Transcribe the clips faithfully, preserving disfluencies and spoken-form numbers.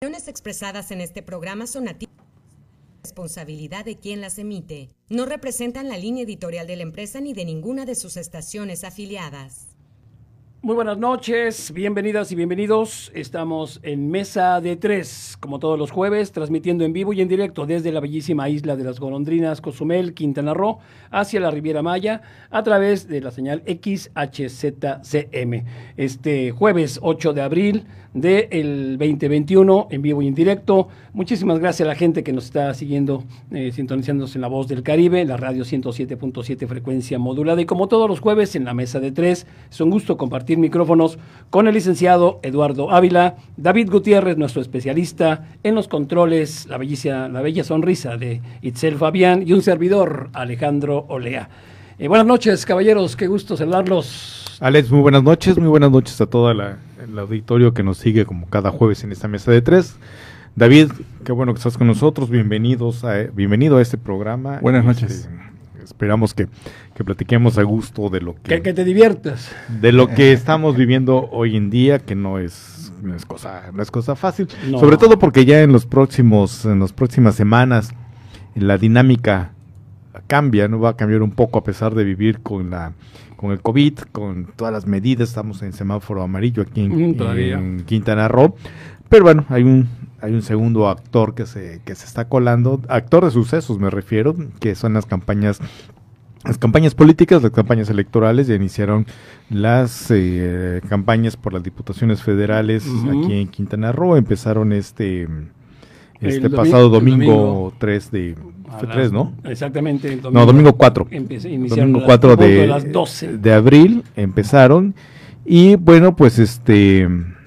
opiniones expresadas en este programa son a ti responsabilidad de quien las emite. No representan la línea editorial de la empresa ni de ninguna de sus estaciones afiliadas. Muy buenas noches, bienvenidas y bienvenidos. Estamos en Mesa de Tres, como todos los jueves, transmitiendo en vivo y en directo desde la bellísima isla de las Golondrinas, Cozumel, Quintana Roo, hacia la Riviera Maya, a través de la señal X H Z C M. Este jueves ocho de abril del veinte veintiuno, en vivo y en directo. Muchísimas gracias a la gente que nos está siguiendo, eh, sintonizándose en La Voz del Caribe, la radio ciento siete punto siete frecuencia modulada. Y como todos los jueves en la Mesa de Tres, es un gusto compartir micrófonos con el licenciado Eduardo Ávila, David Gutiérrez, nuestro especialista en los controles, la bellísima, la bella sonrisa de Itzel Fabián y un servidor, Alejandro Olea. Eh, buenas noches, caballeros, qué gusto saludarlos. Alex, muy buenas noches, muy buenas noches a todo el auditorio que nos sigue como cada jueves en esta Mesa de Tres. David, qué bueno que estás con nosotros, bienvenidos a, bienvenido a este programa. Buenas noches. Este, esperamos que, que platiquemos a gusto de lo que, que... Que te diviertas. De lo que estamos viviendo hoy en día, que no es, no es, cosa, no es cosa fácil. No. Sobre todo porque ya en los próximos, en las próximas semanas, la dinámica cambia, no va a cambiar un poco a pesar de vivir con la con el COVID, con todas las medidas. Estamos en semáforo amarillo aquí en, mm, en Quintana Roo, pero bueno, hay un hay un segundo actor que se que se está colando, actor de sucesos me refiero, que son las campañas las campañas políticas, las campañas electorales. Ya iniciaron las eh, campañas por las diputaciones federales uh-huh. aquí en Quintana Roo. Empezaron este este el pasado domingo, domingo tres de fue tres, ¿no? Exactamente. El domingo, no, domingo cuatro. Empecé, domingo cuatro de, de, las doce. de abril empezaron. Y bueno, pues este,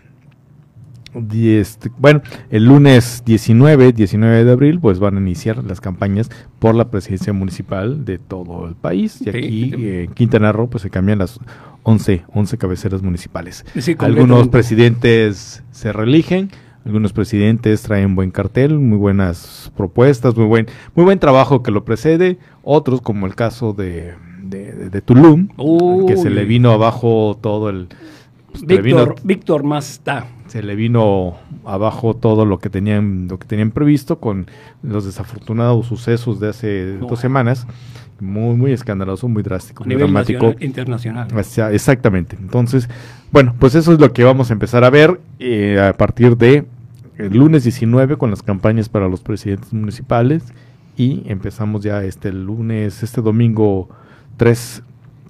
este bueno, el lunes diecinueve de abril pues van a iniciar las campañas por la presidencia municipal de todo el país. Y aquí en eh, Quintana Roo pues se cambian las once cabeceras municipales. Sí, algunos presidentes se reeligen. Algunos presidentes traen buen cartel, muy buenas propuestas, muy buen muy buen trabajo que lo precede. Otros, como el caso de, de, de, de Tulum, Uy. que se le vino abajo todo el... Pues, Víctor, vino, Víctor Masta. Se le vino abajo todo lo que tenían lo que tenían previsto con los desafortunados sucesos de hace oh. dos semanas. Muy, muy escandaloso, muy drástico, a muy nivel dramático. Nacional, internacional. Exactamente. Entonces, bueno, pues eso es lo que vamos a empezar a ver eh, a partir de el lunes diecinueve con las campañas para los presidentes municipales, y empezamos ya este lunes, este domingo tres,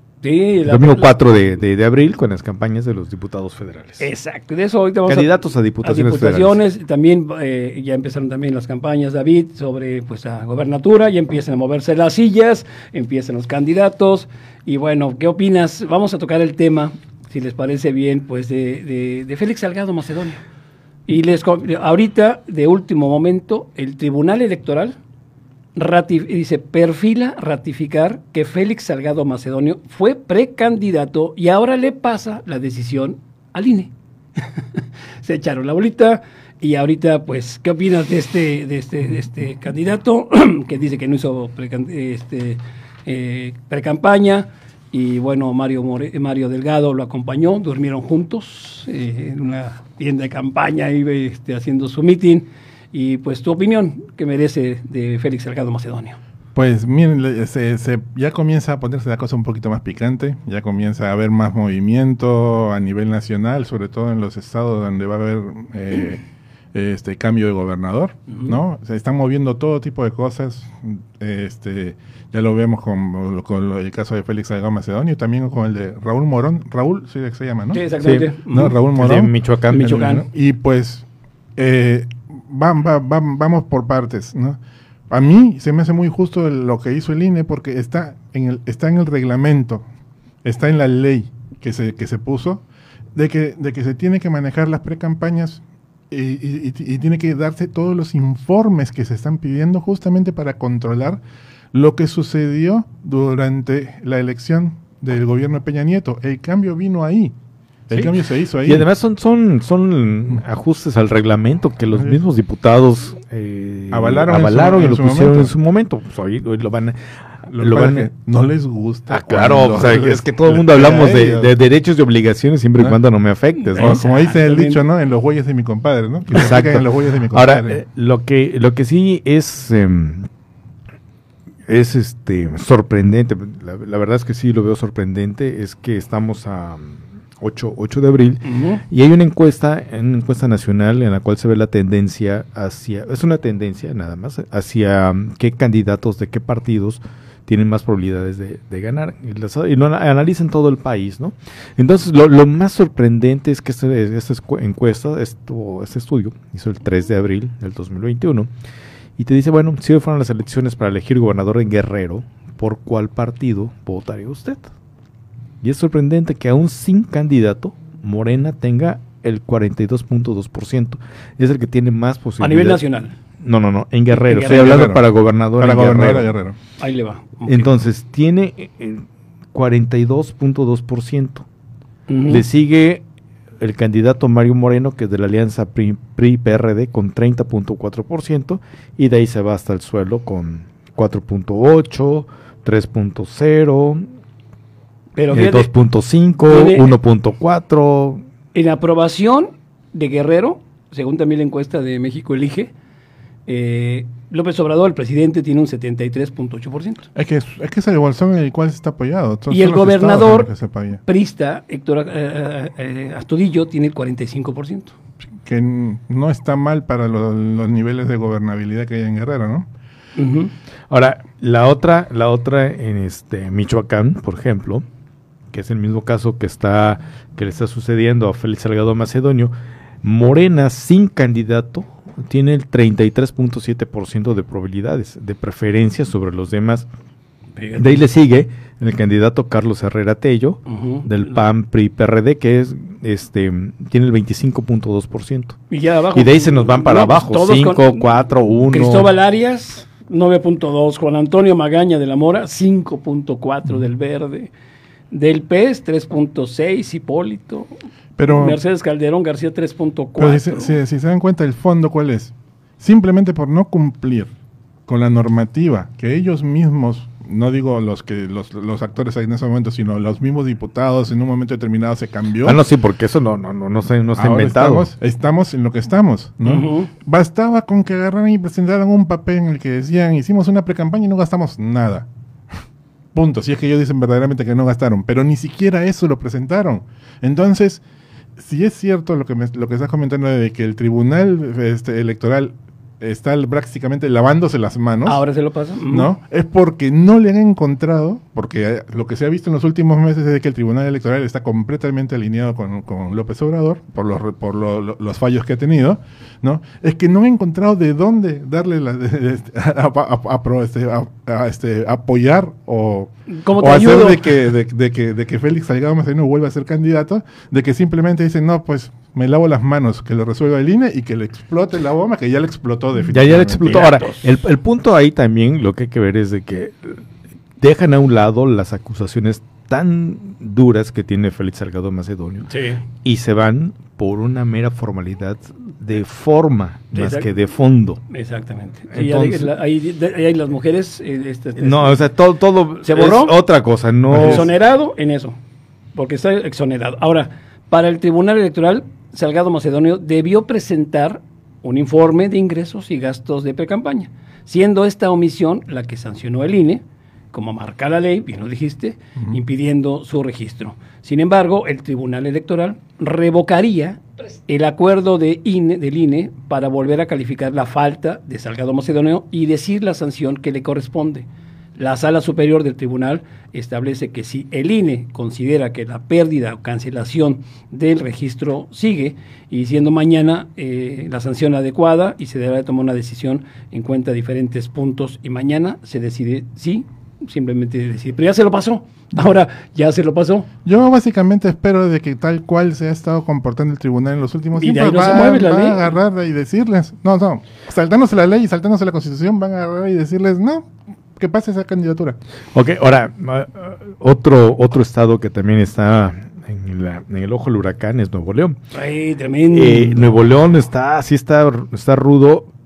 sí, la, domingo la, cuatro de, de, de abril con las campañas de los diputados federales. Exacto, de eso ahorita vamos candidatos a, a diputaciones, a diputaciones federales. También eh, ya empezaron también las campañas, David, sobre pues la gobernatura, ya empiezan a moverse las sillas, empiezan los candidatos, y bueno, ¿qué opinas? Vamos a tocar el tema, si les parece bien, pues de, de, de Félix Salgado Macedonio. Y les ahorita, de último momento, el Tribunal Electoral ratif dice, perfila ratificar que Félix Salgado Macedonio fue precandidato y ahora le pasa la decisión al I N E. Se echaron la bolita. Y ahorita, pues, ¿qué opinas de este, de este, de este candidato que dice que no hizo pre este, eh, pre-campaña? Y bueno, Mario, More Mario Delgado lo acompañó, durmieron juntos eh, en una tienda de campaña, ahí, este, haciendo su meeting. Y pues, tu opinión, ¿qué merece de Félix Salgado Macedonio? Pues miren, se, se, ya comienza a ponerse la cosa un poquito más picante, ya comienza a haber más movimiento a nivel nacional, sobre todo en los estados donde va a haber eh, este cambio de gobernador, uh-huh. ¿no? Se están moviendo todo tipo de cosas, este ya lo vemos con, con el caso de Félix Salgado Macedonio y también con el de Raúl Morón, Raúl, sí se llama, ¿no? Sí, exactamente. Sí, ¿no? Raúl Morón. De Michoacán. Michoacán. Y pues, eh, va, va, va, vamos por partes, ¿no? A mí se me hace muy justo lo que hizo el I N E porque está en el, está en el reglamento, está en la ley que se, que se puso, de que, de que se tiene que manejar las precampañas y, y, y, y tiene que darse todos los informes que se están pidiendo justamente para controlar lo que sucedió durante la elección del gobierno de Peña Nieto. El cambio vino ahí. El sí. cambio se hizo ahí. Y además son son son ajustes al reglamento que los mismos diputados eh, avalaron, avalaron en su, y lo en pusieron momento. en su momento. Pues hoy, hoy lo van a, Lo, lo que van pasa es que no les gusta. Ah, claro, cuando o sea, les- es que todo el les mundo pega hablamos a de, ellos. de derechos y obligaciones siempre y ¿No? cuando no me afectes, ¿no? Como, como dice el Exactamente. dicho, ¿no? En los bueyes de mi compadre, ¿no? Que se Exacto. fijan en los bueyes de mi compadre. Ahora, eh, lo que lo que sí es em, es este sorprendente, la, la verdad es que sí lo veo sorprendente, es que estamos a ocho de abril Ujú. y hay una encuesta, una encuesta nacional en la cual se ve la tendencia hacia, es una tendencia nada más, hacia um, qué candidatos de qué partidos tienen más probabilidades de, de ganar, y, las, y lo analizan todo el país, ¿no? Entonces, lo, lo más sorprendente es que este, esta escu- encuesta, esto, este estudio, hizo el tres de abril del dos mil veintiuno, y te dice, bueno, si hoy fueron las elecciones para elegir gobernador en Guerrero, ¿por cuál partido votaría usted? Y es sorprendente que aún sin candidato, Morena tenga el cuarenta y dos punto dos por ciento. Es el que tiene más A posibilidades. nivel nacional. No, no, no, en Guerrero. En Estoy Guerrero. hablando Guerrero. para gobernador Para en gobernador Guerrero. a Guerrero. Ahí le va. Ok. Entonces, tiene eh, cuarenta y dos punto dos por ciento. Ujú. Le sigue el candidato Mario Moreno, que es de la alianza P R I P R D, con treinta punto cuatro por ciento. Y de ahí se va hasta el suelo con cuatro punto ocho, tres punto cero, Pero eh, fíjate, dos punto cinco, tiene- uno punto cuatro. en aprobación de Guerrero, según también la encuesta de México Elige, eh, López Obrador, el presidente, tiene un setenta y tres punto ocho por ciento. Es que es, es que es el bolsón en el cual se está apoyado. Son- Y son el los gobernador- estados en los que se apoya. Prista, Héctor eh, eh, Astudillo, tiene el cuarenta y cinco por ciento. Que n- no está mal para lo- los niveles de gobernabilidad que hay en Guerrero, ¿no? Ujú. Ahora, la otra, la otra en este Michoacán, por ejemplo, que es el mismo caso que está, que le está sucediendo a Félix Salgado Macedonio, Morena sin candidato tiene el treinta y tres punto siete por ciento de probabilidades, de preferencia sobre los demás. De ahí le sigue el candidato Carlos Herrera Tello, Ujú. del P A N P R I P R D, que es este tiene el veinticinco punto dos por ciento. Y ya abajo. Y de ahí se nos van para No, pues abajo, todos cinco, con- cuatro, uno. Cristóbal Arias, nueve punto dos. Juan Antonio Magaña de la Mora, cinco punto cuatro del Verde. Del P E S, tres punto seis. Hipólito. Pero, Mercedes Calderón García, tres punto pero cuatro. si, se- si- si se dan cuenta, el fondo, ¿cuál es? Simplemente por no cumplir con la normativa que ellos mismos, no digo los que los, los actores en ese momento, sino los mismos diputados en un momento determinado se cambió. Ah, no, sí, porque eso no, no, no, no, se, no está Ahora inventado. Estamos, estamos en lo que estamos, ¿no? Ujú. Bastaba con que agarraran y presentaran un papel en el que decían, hicimos una precampaña y no gastamos nada. Punto. Si es que ellos dicen verdaderamente que no gastaron, pero ni siquiera eso lo presentaron. Entonces, si es cierto lo que me- lo que estás comentando de que el tribunal este, electoral está prácticamente lavándose las manos, Ahora se lo pasa. Ujú. ¿no? Es porque no le han encontrado, porque eh, lo que se ha visto en los últimos meses es de que el Tribunal Electoral está completamente alineado con, con López Obrador, por, los, re- por lo- lo- los fallos que ha tenido, ¿no? Es que no han encontrado de dónde darle la, de- de- este, a, a- a- pro- este, a- a- este, apoyar o, ¿Cómo o te hacer ayudo? de que, de, de que, de que Félix Salgado Macedonio vuelva a ser candidato, de que simplemente dicen, no, pues me lavo las manos, que lo resuelva el I N E y que le explote la bomba, que ya le explotó Ya, definitivamente. ya le explotó. Ahora, Piratos. el, el punto ahí también, lo que hay que ver es de que dejan a un lado las acusaciones tan duras que tiene Félix Salgado Macedonio Sí. y se van por una mera formalidad de forma más Exacto. que de fondo. Exactamente. Sí, Entonces- ahí, la- ahí- de- ahí las mujeres. eh, este- este- No, o sea, todo, todo ¿Se borró? es otra cosa, no. Exonerado en eso, porque está exonerado. Ahora, para el Tribunal Electoral, Salgado Macedonio debió presentar un informe de ingresos y gastos de precampaña, siendo esta omisión la que sancionó el I N E, como marca la ley, bien lo dijiste, impidiendo su registro. Sin embargo, el Tribunal Electoral revocaría el acuerdo de I N E, del I N E para volver a calificar la falta de Salgado Macedonio y decir la sanción que le corresponde. La Sala Superior del Tribunal establece que si el I N E considera que la pérdida o cancelación del registro sigue, y siendo mañana eh, la sanción adecuada y se deberá tomar una decisión en cuenta de diferentes puntos, y mañana se decide sí, simplemente decide. Pero ya se lo pasó, ahora ya se lo pasó. Yo básicamente espero de que tal cual se ha estado comportando el tribunal en los últimos Y de tiempos, ahí no se va, mueve la va ley. a agarrar y decirles, no, no, saltándose la ley y saltándose la constitución, van a agarrar y decirles, no, que pase esa candidatura. Ok, ahora, uh, otro, otro estado que también está en, la- en el ojo del huracán es Nuevo León. Ay, tremendo. Eh, Nuevo León está, sí está, está rudo.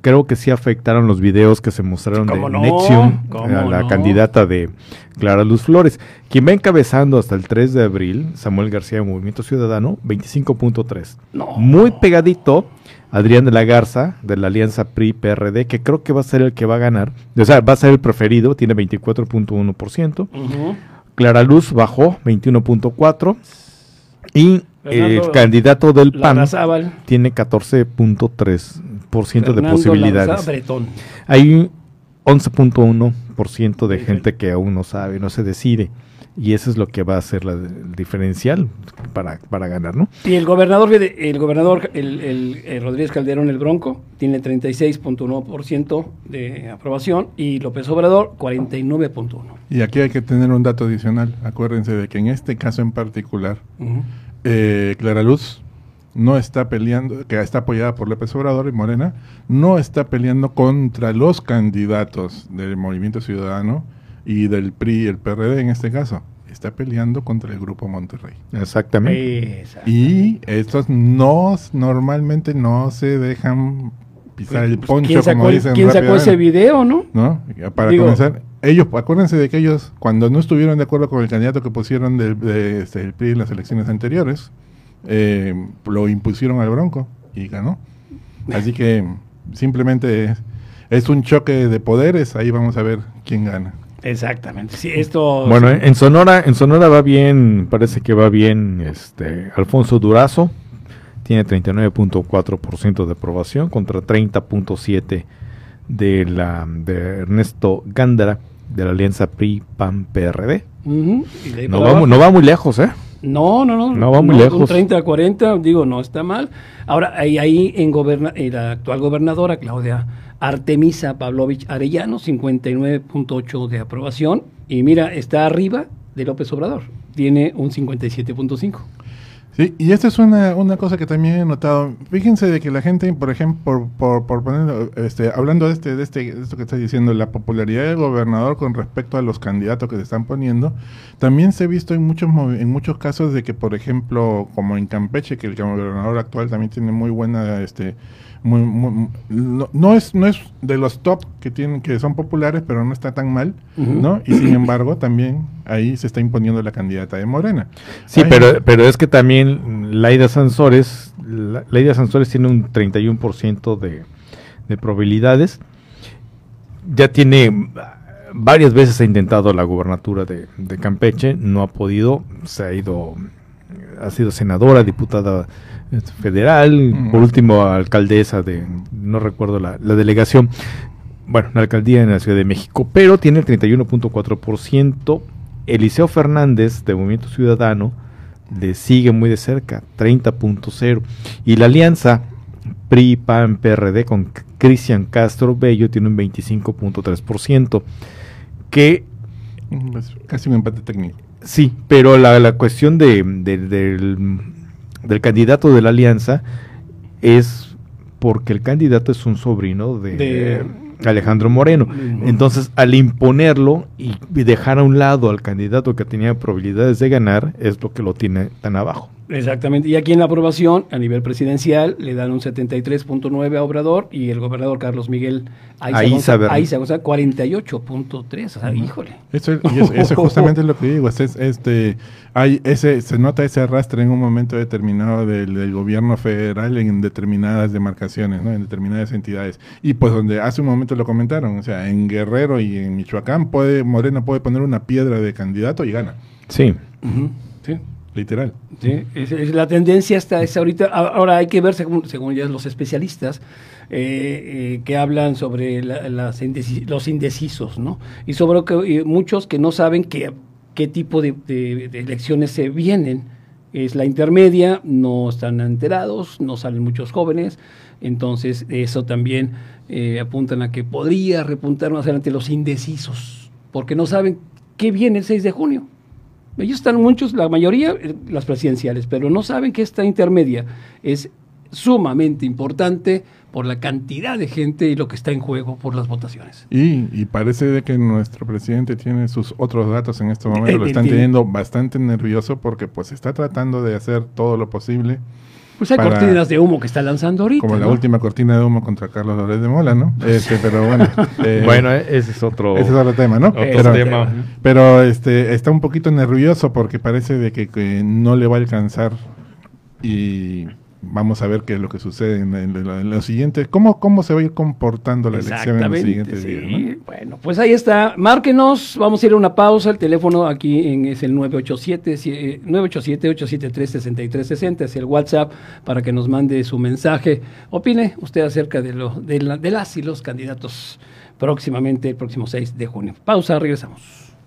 creo que sí afectaron los videos que se mostraron de ¿Cómo no? Nexium, ¿Cómo a la no? candidata de Clara Luz Flores, quien va encabezando hasta el tres de abril, Samuel García de Movimiento Ciudadano, veinticinco punto tres. No. Muy pegadito, Adrián de la Garza, de la alianza P R I-P R D, que creo que va a ser el que va a ganar, o sea, va a ser el preferido, tiene veinticuatro punto uno por ciento. Ujú. Clara Luz bajó, veintiuno punto cuatro por ciento. Y Fernando el candidato del P A N Larrazábal. tiene catorce punto tres por ciento de Fernando posibilidades. Larrazábal Bretón. Hay once punto uno por ciento de Sí, gente que aún no sabe, no se decide. Y eso es lo que va a ser la, el diferencial para, para ganar, ¿no? Y el gobernador, fíjate, el gobernador, el, el, el Rodríguez Calderón, el Bronco, tiene treinta y seis punto uno por ciento de aprobación y López Obrador cuarenta y nueve punto uno por ciento. Y aquí hay que tener un dato adicional. Acuérdense de que en este caso en particular, Ujú. eh, Clara Luz no está peleando, que está apoyada por López Obrador y Morena, no está peleando contra los candidatos del Movimiento Ciudadano y del P R I y el P R D en este caso. Está peleando contra el Grupo Monterrey. Exactamente. Exactamente. Y estos no, normalmente no se dejan pisar el Pues, poncho, ¿quién sacó, como el- dicen ¿quién sacó ese rápidamente, video, no? ¿no? Para Digo- comenzar, ellos, acuérdense de que ellos, cuando no estuvieron de acuerdo con el candidato que pusieron del de, este, el P R I en las elecciones anteriores, eh, lo impusieron al Bronco y ganó. Así que simplemente es, es un choque de poderes, ahí vamos a ver quién gana. Exactamente. Sí, esto. Bueno, sí. en Sonora, en Sonora va bien, parece que va bien este Alfonso Durazo, tiene treinta y nueve punto cuatro por ciento de aprobación contra treinta punto siete por ciento de la de Ernesto Gándara, de la alianza P R I-P A N-P R D. Ujú. Y de ahí No para va, mu- abajo. no va muy lejos, ¿eh? No, no, no. No va muy Un lejos. treinta a cuarenta, digo, no está mal. Ahora, ahí, ahí en, goberna, en la actual gobernadora, Claudia Artemisa Pavlovich Arellano, cincuenta y nueve punto ocho de aprobación. Y mira, está arriba de López Obrador. Tiene un cincuenta y siete punto cinco. Sí, y esta es una, una cosa que también he notado. Fíjense de que la gente, por ejemplo, por, por, por poner, este, hablando de este, de este, de esto que está diciendo, la popularidad del gobernador con respecto a los candidatos que se están poniendo, también se ha visto en muchos movi- en muchos casos de que, por ejemplo, como en Campeche, que el gobernador actual también tiene muy buena, este, muy, muy- no, no es, no es de los top que tienen, que son populares, pero no está tan mal, Ujú. ¿no? Y sin embargo, también ahí se está imponiendo la candidata de Morena. Sí, Ay, pero, pero es que también Laida Sansores, la- Laida Sansores tiene un treinta y uno por ciento de, de probabilidades. Ya tiene, varias veces ha intentado la gubernatura de, de Campeche, no ha podido, se ha ido, ha sido senadora, diputada eh, federal, Mm. por último alcaldesa de, no recuerdo la, la delegación, bueno, la alcaldía en la Ciudad de México, pero tiene el treinta y uno punto cuatro por ciento. Eliseo Fernández, de Movimiento Ciudadano, le sigue muy de cerca, treinta punto cero. Y la alianza P R I, P A N, P R D con C- Cristian Castro Bello tiene un veinticinco punto tres por ciento. Que Es casi un empate técnico. sí, pero la, la cuestión de, de- del, del candidato de la alianza es porque el candidato es un sobrino de, De- Alejandro Moreno. Ujú. Entonces, al imponerlo y y dejar a un lado al candidato que tenía probabilidades de ganar, es lo que lo tiene tan abajo. Exactamente. Y aquí en la aprobación, a nivel presidencial, le dan un setenta y tres punto nueve a Obrador y el gobernador Carlos Miguel Aiza Aiza Bernal. Aiza González, cuarenta y ocho punto tres. O sea, híjole. Eso, es- y eso, eso justamente es lo que digo. Es, es- este, hay ese, se nota ese arrastre en un momento determinado del, del gobierno federal en determinadas demarcaciones, ¿no? En determinadas entidades. Y pues donde hace un momento lo comentaron, o sea, en Guerrero y en Michoacán puede Morena puede poner una piedra de candidato y gana, Sí. Ujú. Sí. literal. Sí, es, es la tendencia hasta es ahorita. A- Ahora hay que ver, según, según ya los especialistas, eh, eh, que hablan sobre la- las indeci- los indecisos, ¿no? Y sobre que y muchos que no saben qué, qué tipo de, de- de elecciones se vienen. Es la intermedia, no están enterados, no salen muchos jóvenes, entonces eso también eh, apuntan a que podría repuntar más adelante los indecisos, porque no saben qué viene el seis de junio. Ellos están muchos, la mayoría, eh, las presidenciales, pero no saben que esta intermedia es sumamente importante por la cantidad de gente y lo que está en juego por las votaciones. Y, y parece de que nuestro presidente tiene sus otros datos en este momento, Eh, lo eh, están tiene- teniendo bastante nervioso porque pues está tratando de hacer todo lo posible Pues hay para, cortinas de humo que está lanzando ahorita. Como la ¿no? última cortina de humo contra Carlos Loret de Mola, ¿no? Este, pero bueno. Eh, bueno, ese es otro, ese es otro tema, ¿no? Otro pero, tema. pero este, está un poquito nervioso porque parece de que, que no le va a alcanzar y vamos a ver qué es lo que sucede en, en, en, en lo siguiente. ¿Cómo, ¿Cómo se va a ir comportando la elección en los siguientes sí. días? ¿No? Bueno, pues ahí está. Márquenos, vamos a ir a una pausa. El teléfono aquí en, es el nueve ocho siete, ocho siete tres, seis tres seis cero, es el WhatsApp para que nos mande su mensaje. Opine usted acerca de, lo, de, la, de las y los candidatos próximamente, el próximo seis de junio. Pausa, regresamos.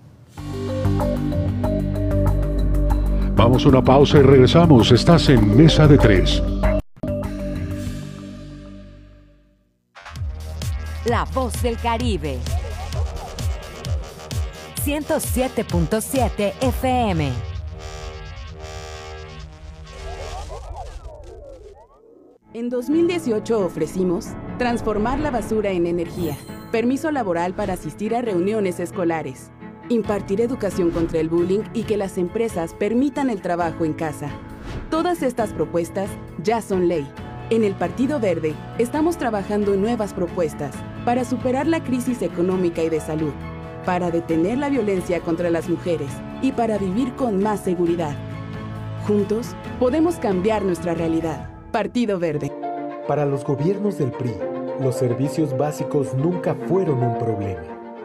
Vamos a una pausa y regresamos. Estás en Mesa de Tres. La voz del Caribe. ciento siete punto siete F M. En dos mil dieciocho ofrecimos transformar la basura en energía, permiso laboral para asistir a reuniones escolares, impartir educación contra el bullying y que las empresas permitan el trabajo en casa. Todas estas propuestas ya son ley. En el Partido Verde estamos trabajando en nuevas propuestas para superar la crisis económica y de salud, para detener la violencia contra las mujeres y para vivir con más seguridad. Juntos podemos cambiar nuestra realidad. Partido Verde. Para los gobiernos del P R I, los servicios básicos nunca fueron un problema.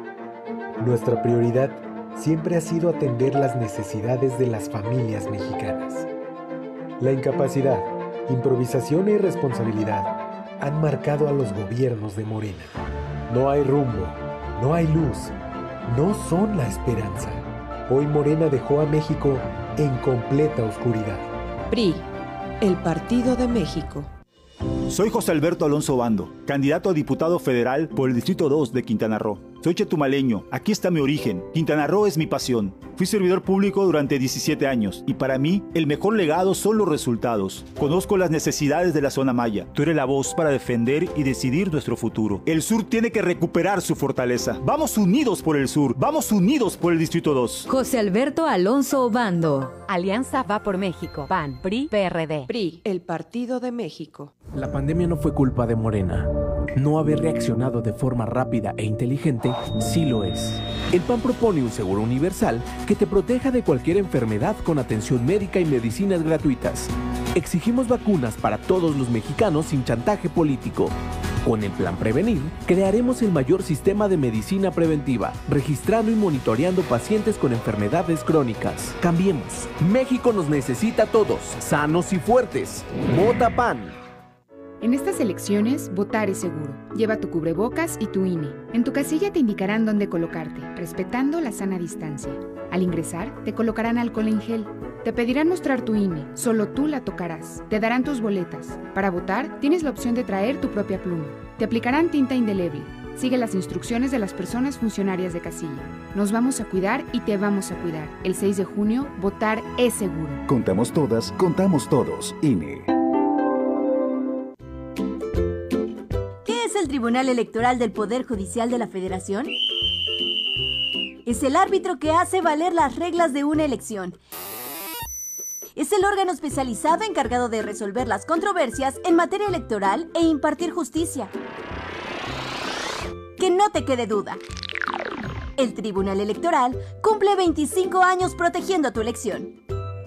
Nuestra prioridad siempre ha sido atender las necesidades de las familias mexicanas. La incapacidad, improvisación e irresponsabilidad han marcado a los gobiernos de Morena. No hay rumbo, no hay luz, no son la esperanza. Hoy Morena dejó a México en completa oscuridad. P R I, el Partido de México. Soy José Alberto Alonso Obando, candidato a diputado federal por el Distrito dos de Quintana Roo. Soy chetumaleño, aquí está mi origen, Quintana Roo es mi pasión. Fui servidor público durante diecisiete años y para mí el mejor legado son los resultados. Conozco las necesidades de la zona maya. Tú eres la voz para defender y decidir nuestro futuro. El sur tiene que recuperar su fortaleza. Vamos unidos por el sur, vamos unidos por el Distrito dos. José Alberto Alonso Obando. Alianza Va por México. P A N, P R I, P R D. P R I, el Partido de México. La pandemia no fue culpa de Morena. No haber reaccionado de forma rápida e inteligente sí lo es. El P A N propone un seguro universal que te proteja de cualquier enfermedad con atención médica y medicinas gratuitas. Exigimos vacunas para todos los mexicanos sin chantaje político. Con el Plan Prevenir, crearemos el mayor sistema de medicina preventiva, registrando y monitoreando pacientes con enfermedades crónicas. Cambiemos. México nos necesita a todos, sanos y fuertes. Vota P A N. En estas elecciones, votar es seguro. Lleva tu cubrebocas y tu I N E. En tu casilla te indicarán dónde colocarte, respetando la sana distancia. Al ingresar, te colocarán alcohol en gel. Te pedirán mostrar tu I N E. Solo tú la tocarás. Te darán tus boletas. Para votar, tienes la opción de traer tu propia pluma. Te aplicarán tinta indeleble. Sigue las instrucciones de las personas funcionarias de casilla. Nos vamos a cuidar y te vamos a cuidar. El seis de junio, votar es seguro. Contamos todas, contamos todos. I N E. El Tribunal Electoral del Poder Judicial de la Federación es el árbitro que hace valer las reglas de una elección. Es el órgano especializado encargado de resolver las controversias en materia electoral e impartir justicia. Que no te quede duda. El Tribunal Electoral cumple veinticinco años protegiendo tu elección.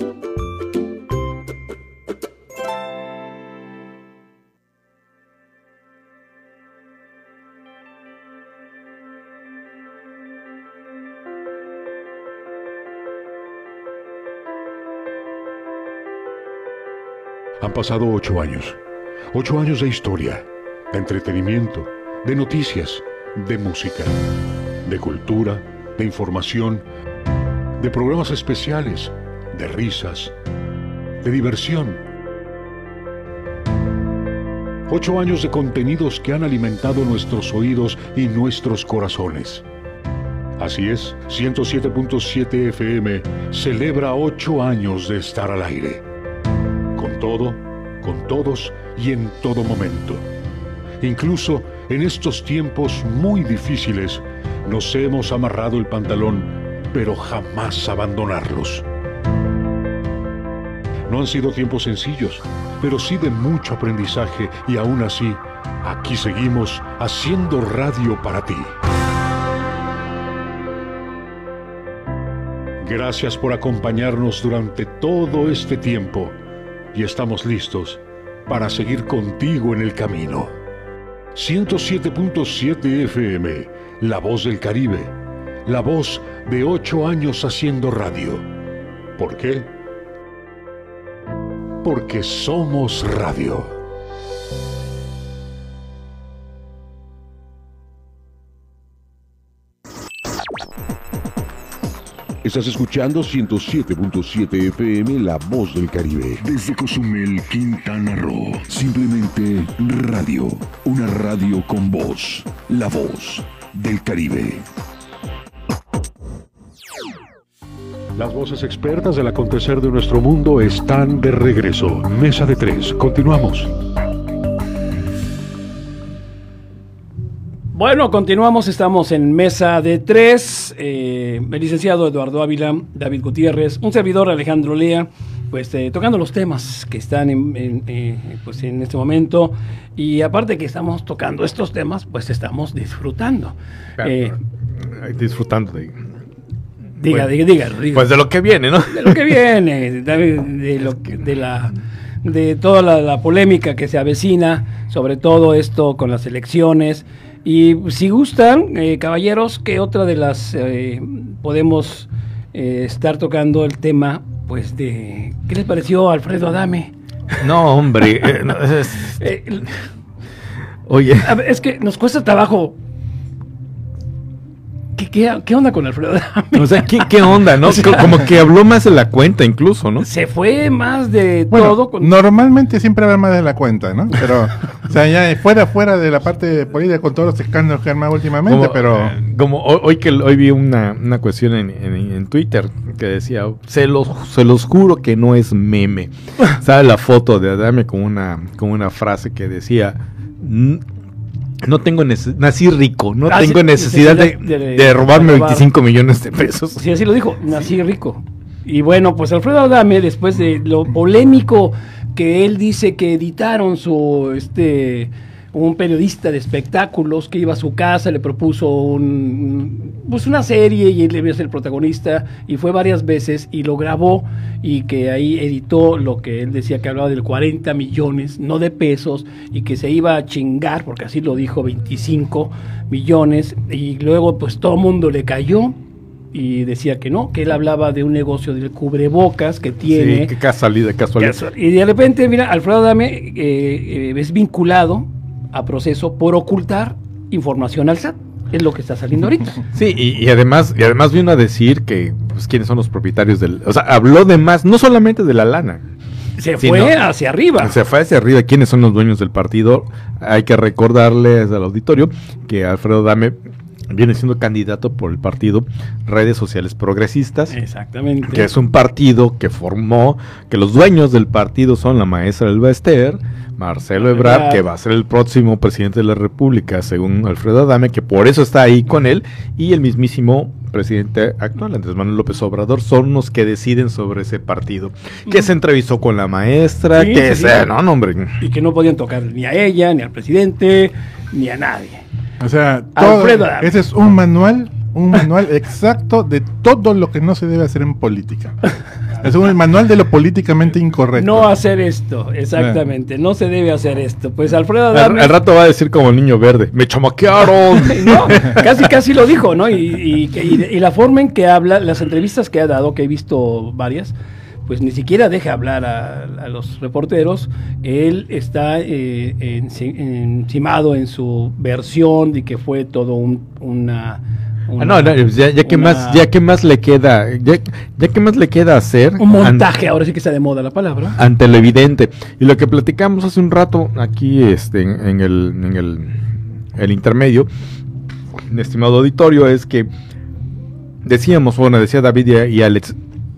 Han pasado ocho años. Ocho años de historia, de entretenimiento, de noticias, de música, de cultura, de información, de programas especiales, de risas, de diversión. Ocho años de contenidos que han alimentado nuestros oídos y nuestros corazones. Así es, ciento siete punto siete F M celebra ocho años de estar al aire. Con todo, con todos y en todo momento. Incluso en estos tiempos muy difíciles, nos hemos amarrado el pantalón, pero jamás abandonarlos. No han sido tiempos sencillos, pero sí de mucho aprendizaje, y aún así, aquí seguimos haciendo radio para ti. Gracias por acompañarnos durante todo este tiempo y estamos listos para seguir contigo en el camino. ciento siete punto siete F M, La Voz del Caribe, la voz de ocho años haciendo radio. ¿Por qué? Porque somos radio. Estás escuchando ciento siete punto siete F M, La Voz del Caribe. Desde Cozumel, Quintana Roo. Simplemente radio. Una radio con voz. La Voz del Caribe. Las voces expertas del acontecer de nuestro mundo están de regreso. Mesa de tres. Continuamos. Bueno, continuamos, estamos en Mesa de Tres, eh, el licenciado Eduardo Ávila, David Gutiérrez, un servidor Alejandro Lea, pues eh, tocando los temas que están en, en, eh, pues en este momento, y aparte que estamos tocando estos temas, pues estamos disfrutando. Claro, eh, disfrutando de... Diga, bueno, diga, dígalo, dígalo. Pues de lo que viene, ¿no? De lo que viene, de, de, lo que, de la... de toda la, la polémica que se avecina, sobre todo esto con las elecciones. Y si gustan, eh, caballeros, ¿qué otra de las eh, podemos eh, estar tocando el tema, pues, de... ¿Qué les pareció Alfredo Adame? No, hombre. eh, no, es... eh, Oye. A ver, es que nos cuesta trabajo. ¿Qué, qué, qué onda con Alfredo Adame? O sea, ¿qué, qué onda, no? O sea, como que habló más de la cuenta incluso, ¿no? Se fue más de bueno, todo. Con... Normalmente siempre habla más de la cuenta, ¿no? Pero, o sea, ya fuera fuera de la parte política con todos los escándalos que han armado últimamente, como, pero... Eh, como hoy, hoy que hoy vi una, una cuestión en, en, en Twitter que decía, se los, se los juro que no es meme. ¿Sabe la foto de Adame con una, con una frase que decía... No tengo neces- nací rico, no ah, tengo sí, necesidad, necesidad de, de, de, de robarme de robar. veinticinco millones de pesos. Sí, así lo dijo, nací rico. Y bueno, pues Alfredo Adame, después de lo polémico que él dice que editaron su, este, un periodista de espectáculos que iba a su casa, le propuso un, pues una serie y él debía ser el protagonista y fue varias veces y lo grabó y que ahí editó lo que él decía que hablaba del cuarenta millones, no de pesos, y que se iba a chingar, porque así lo dijo, veinticinco millones, y luego pues todo el mundo le cayó y decía que no, que él hablaba de un negocio del cubrebocas que tiene. Sí, qué casualidad, casualidad. Casual, y de repente, mira, Alfredo Adame eh, eh, es vinculado a proceso por ocultar información al S A T. Es lo que está saliendo ahorita. Sí, y, y además y además vino a decir que pues quiénes son los propietarios del... O sea, habló de más, no solamente de la lana. Se fue sino, hacia arriba. Se fue hacia arriba. ¿Quiénes son los dueños del partido? Hay que recordarles al auditorio que Alfredo Adame viene siendo candidato por el partido Redes Sociales Progresistas. Exactamente. Que es un partido que formó, que los dueños del partido son la maestra Elba Ester, Marcelo Ebrard, que va a ser el próximo presidente de la República, según Alfredo Adame, que por eso está ahí con él, y el mismísimo presidente actual, Andrés Manuel López Obrador, son los que deciden sobre ese partido. Que se entrevistó con la maestra, sí, que sí, sea, sí. no, no, hombre. Y que no podían tocar ni a ella, ni al presidente, ni a nadie. O sea, todo, Alfredo Adame. ese es un manual, un manual exacto de todo lo que no se debe hacer en política. Es un manual de lo políticamente incorrecto. No hacer esto, exactamente, eh. no se debe hacer esto. Pues Alfredo Adame... Al, al rato va a decir como el niño verde, me chamaquearon. No, casi casi lo dijo, ¿no? Y, y, y, y la forma en que habla, las entrevistas que ha dado, que he visto varias, pues ni siquiera deja hablar a, a los reporteros. Él está eh, encimado en su versión de que fue todo un, una... Una, no, no, ya, ya que una, más, ya que más le queda, ya, ya que más le queda hacer un montaje, ante, ahora sí que está de moda la palabra, ante lo evidente. Y lo que platicamos hace un rato aquí, este, en, en el, en el, el intermedio, estimado auditorio, es que decíamos, bueno, decía David y, y Alex,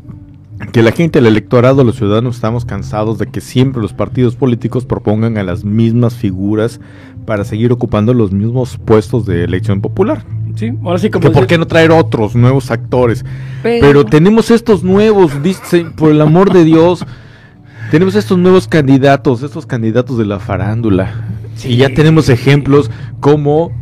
que la gente, el electorado, los ciudadanos estamos cansados de que siempre los partidos políticos propongan a las mismas figuras para seguir ocupando los mismos puestos de elección popular. Sí, ahora sí como que por qué no traer otros nuevos actores, pero, pero tenemos estos nuevos, dice, por el amor de Dios. tenemos estos nuevos candidatos, estos candidatos de la farándula. Sí. Y ya tenemos ejemplos como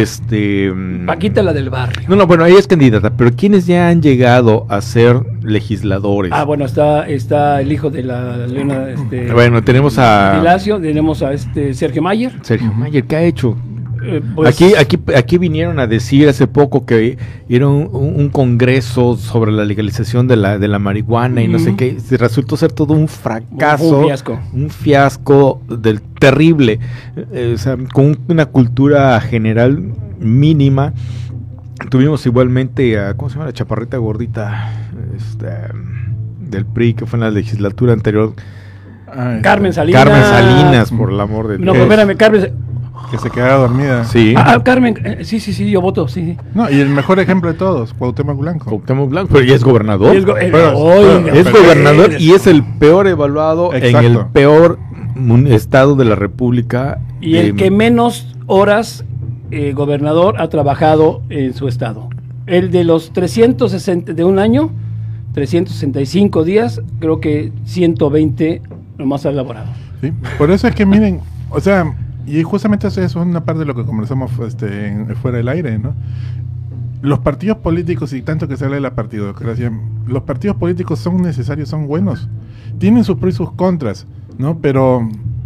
este Paquita, la del barrio. No, no, bueno, ella es candidata, pero ¿quiénes ya han llegado a ser legisladores? Ah, bueno, está está el hijo de la Leona, este, bueno, tenemos a Pilacio, tenemos a este Sergio Mayer. Sergio uh-huh. Mayer, ¿qué ha hecho? Eh, pues, aquí, aquí, aquí vinieron a decir hace poco que era un, un, un congreso sobre la legalización de la, de la marihuana uh-huh. y no sé qué, resultó ser todo un fracaso, un fiasco, un fiasco del terrible, eh, o sea, con una cultura general mínima. Tuvimos igualmente a, ¿cómo se llama la chaparrita gordita? Este, del P R I, que fue en la legislatura anterior. Ah, Carmen Salinas. Carmen Salinas, por el amor de no, Dios. No, espérame, Carmen. Que se quedaba dormida. Sí. Ah, Carmen, eh, sí, sí, sí, yo voto, sí, sí. No, y el mejor ejemplo de todos, Cuauhtémoc Blanco. Cuauhtémoc Blanco, pero ya es gobernador. Es, go eh, pero, oiga, es pero gobernador eres. Y es el peor evaluado Exacto. en el peor estado de la República. Y eh, el que menos horas eh, gobernador ha trabajado en su estado. El de los trescientos sesenta de un año, trescientos sesenta y cinco días, creo que ciento veinte nomás ha elaborado. Sí, por eso es que miren, o sea, y justamente eso es una parte de lo que conversamos este, en, fuera del aire, ¿no? Los partidos políticos, y tanto que se habla de la partidocracia, los partidos políticos son necesarios, son buenos, tienen sus pros y sus contras, ¿no? Pero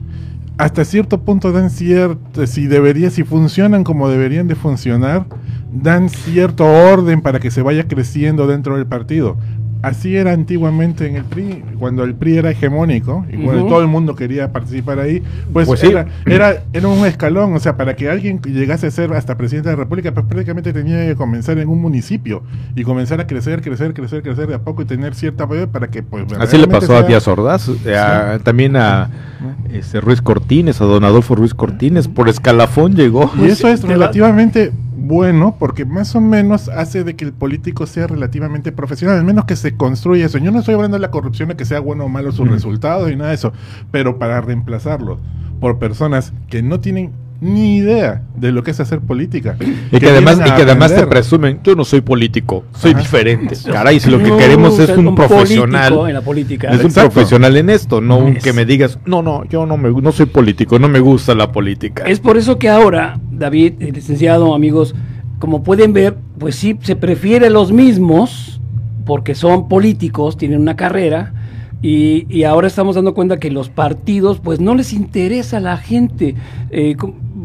hasta cierto punto dan cierto, si debería, si funcionan como deberían de funcionar, dan cierto orden para que se vaya creciendo dentro del partido. Así era antiguamente en el P R I, cuando el P R I era hegemónico, y cuando uh-huh. todo el mundo quería participar ahí, pues, pues era, sí. era, era un escalón, o sea, para que alguien llegase a ser hasta presidente de la República, pues prácticamente tenía que comenzar en un municipio, y comenzar a crecer, crecer, crecer, crecer de a poco, y tener cierta apoyo para que, pues... Así le pasó sea... a Díaz Ordaz, a, sí. también a este, Ruiz Cortines, a don Adolfo Ruiz Cortines, por escalafón llegó. Y eso es relativamente... bueno, porque más o menos hace de que el político sea relativamente profesional, al menos que se construya eso. Yo no estoy hablando de la corrupción, de que sea bueno o malo sus mm. resultados y nada de eso, pero para reemplazarlo por personas que no tienen ni idea de lo que es hacer política. Y que, además, y que además te presumen, yo no soy político, soy Ajá. diferente. Caray, si lo que no, queremos es un, un profesional en la política. Es Exacto. un profesional en esto, no es. que me digas, no, no, yo no me no soy político, no me gusta la política. Es por eso que ahora, David, el licenciado, amigos, como pueden ver, pues sí, se prefiere los mismos, porque son políticos, tienen una carrera, y, y ahora estamos dando cuenta que los partidos, pues no les interesa a la gente. Eh,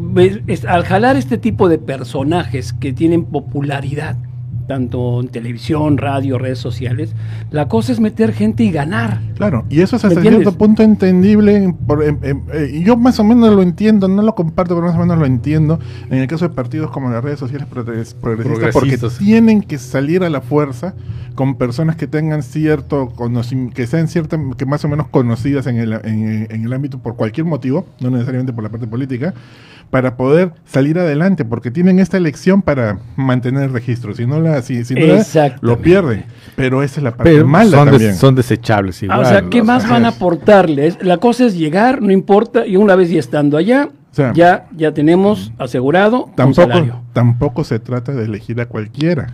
al jalar este tipo de personajes que tienen popularidad, tanto en televisión, radio, redes sociales, la cosa es meter gente y ganar. Claro, y eso es hasta cierto punto entendible. Por, eh, eh, yo más o menos lo entiendo, no lo comparto, pero más o menos lo entiendo en el caso de partidos como las redes sociales progres, progresistas, porque tienen que salir a la fuerza con personas que tengan cierto conocimiento, que sean cierta, que más o menos conocidas en el, en, en el ámbito por cualquier motivo, no necesariamente por la parte política, para poder salir adelante, porque tienen esta elección para mantener el registro. Si no la, si, si no la, lo pierden. Pero esa es la parte Pero mala son también. Des, son desechables igual. Ah, o sea, ¿qué más van a aportarles? La cosa es llegar, no importa, y una vez ya estando allá, o sea, ya, ya tenemos asegurado tampoco, un salario. Tampoco se trata de elegir a cualquiera,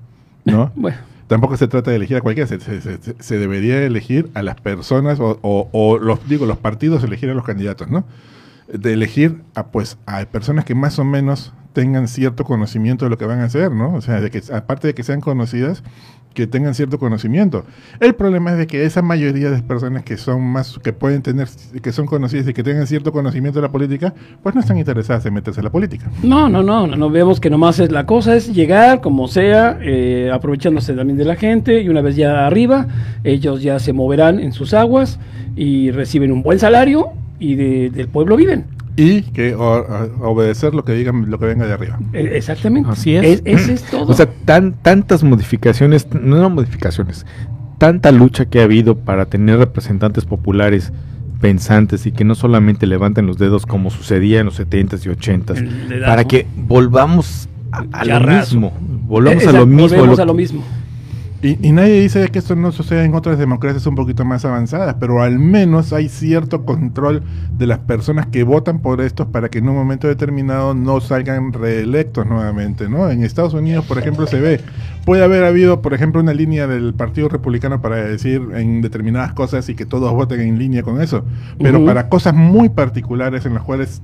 ¿no? Bueno. Tampoco se trata de elegir a cualquiera, se, se, se, se debería elegir a las personas, o, o, o los digo, los partidos elegir a los candidatos, ¿no? De elegir a pues a personas que más o menos tengan cierto conocimiento de lo que van a hacer, ¿no? O sea, de que aparte de que sean conocidas, que tengan cierto conocimiento. El problema es de que esa mayoría de personas que son más, que pueden tener, que son conocidas y que tengan cierto conocimiento de la política, pues no están interesadas en meterse en la política. No, no, no, no, no vemos que nomás es la cosa es llegar como sea, eh, aprovechándose también de la gente, y una vez ya arriba, ellos ya se moverán en sus aguas y reciben un buen salario y de, del pueblo viven. Y que o, o, obedecer lo que digan, lo que venga de arriba. Exactamente. Así es. es ese es todo. O sea, tan, tantas modificaciones, no modificaciones, tanta lucha que ha habido para tener representantes populares pensantes y que no solamente levanten los dedos como sucedía en los setentas y ochentas, para que volvamos a, a lo mismo. Volvamos Exacto, a lo mismo. Volvemos lo, a lo mismo. Y, y nadie dice que esto no suceda en otras democracias un poquito más avanzadas, pero al menos hay cierto control de las personas que votan por estos para que en un momento determinado no salgan reelectos nuevamente, ¿no? En Estados Unidos, por ejemplo, se ve puede haber habido, por ejemplo, una línea del Partido Republicano para decir en determinadas cosas y que todos voten en línea con eso, pero uh-huh. para cosas muy particulares en las cuales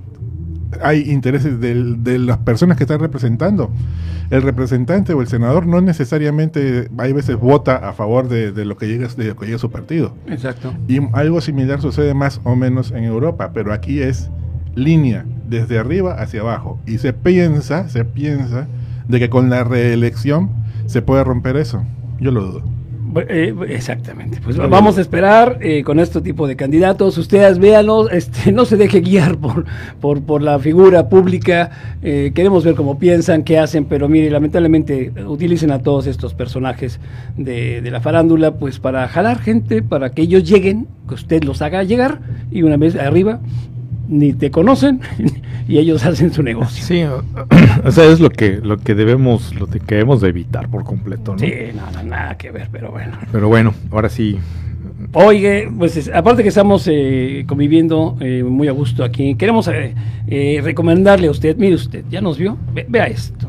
hay intereses de, de las personas que están representando, el representante o el senador no necesariamente hay veces vota a favor de, de lo que llega de lo que llega a su partido. Exacto. Y algo similar sucede más o menos en Europa, pero aquí es línea desde arriba hacia abajo y se piensa, se piensa de que con la reelección se puede romper eso. Yo lo dudo. Eh, exactamente, pues vamos a esperar eh, con este tipo de candidatos. Ustedes véanlos, este, no se deje guiar por, por, por la figura pública. Eh, queremos ver cómo piensan, qué hacen, pero mire, lamentablemente utilicen a todos estos personajes de, de la farándula pues para jalar gente, para que ellos lleguen, que usted los haga llegar y una vez arriba ni te conocen y ellos hacen su negocio. Sí, o sea, es lo que lo que debemos lo que debemos de evitar por completo, ¿no? Sí, nada, nada que ver, pero bueno. Pero bueno, ahora sí. Oye, pues es, aparte que estamos eh, conviviendo eh, muy a gusto aquí, queremos eh, eh, recomendarle a usted, mire usted, ya nos vio, Ve, vea esto,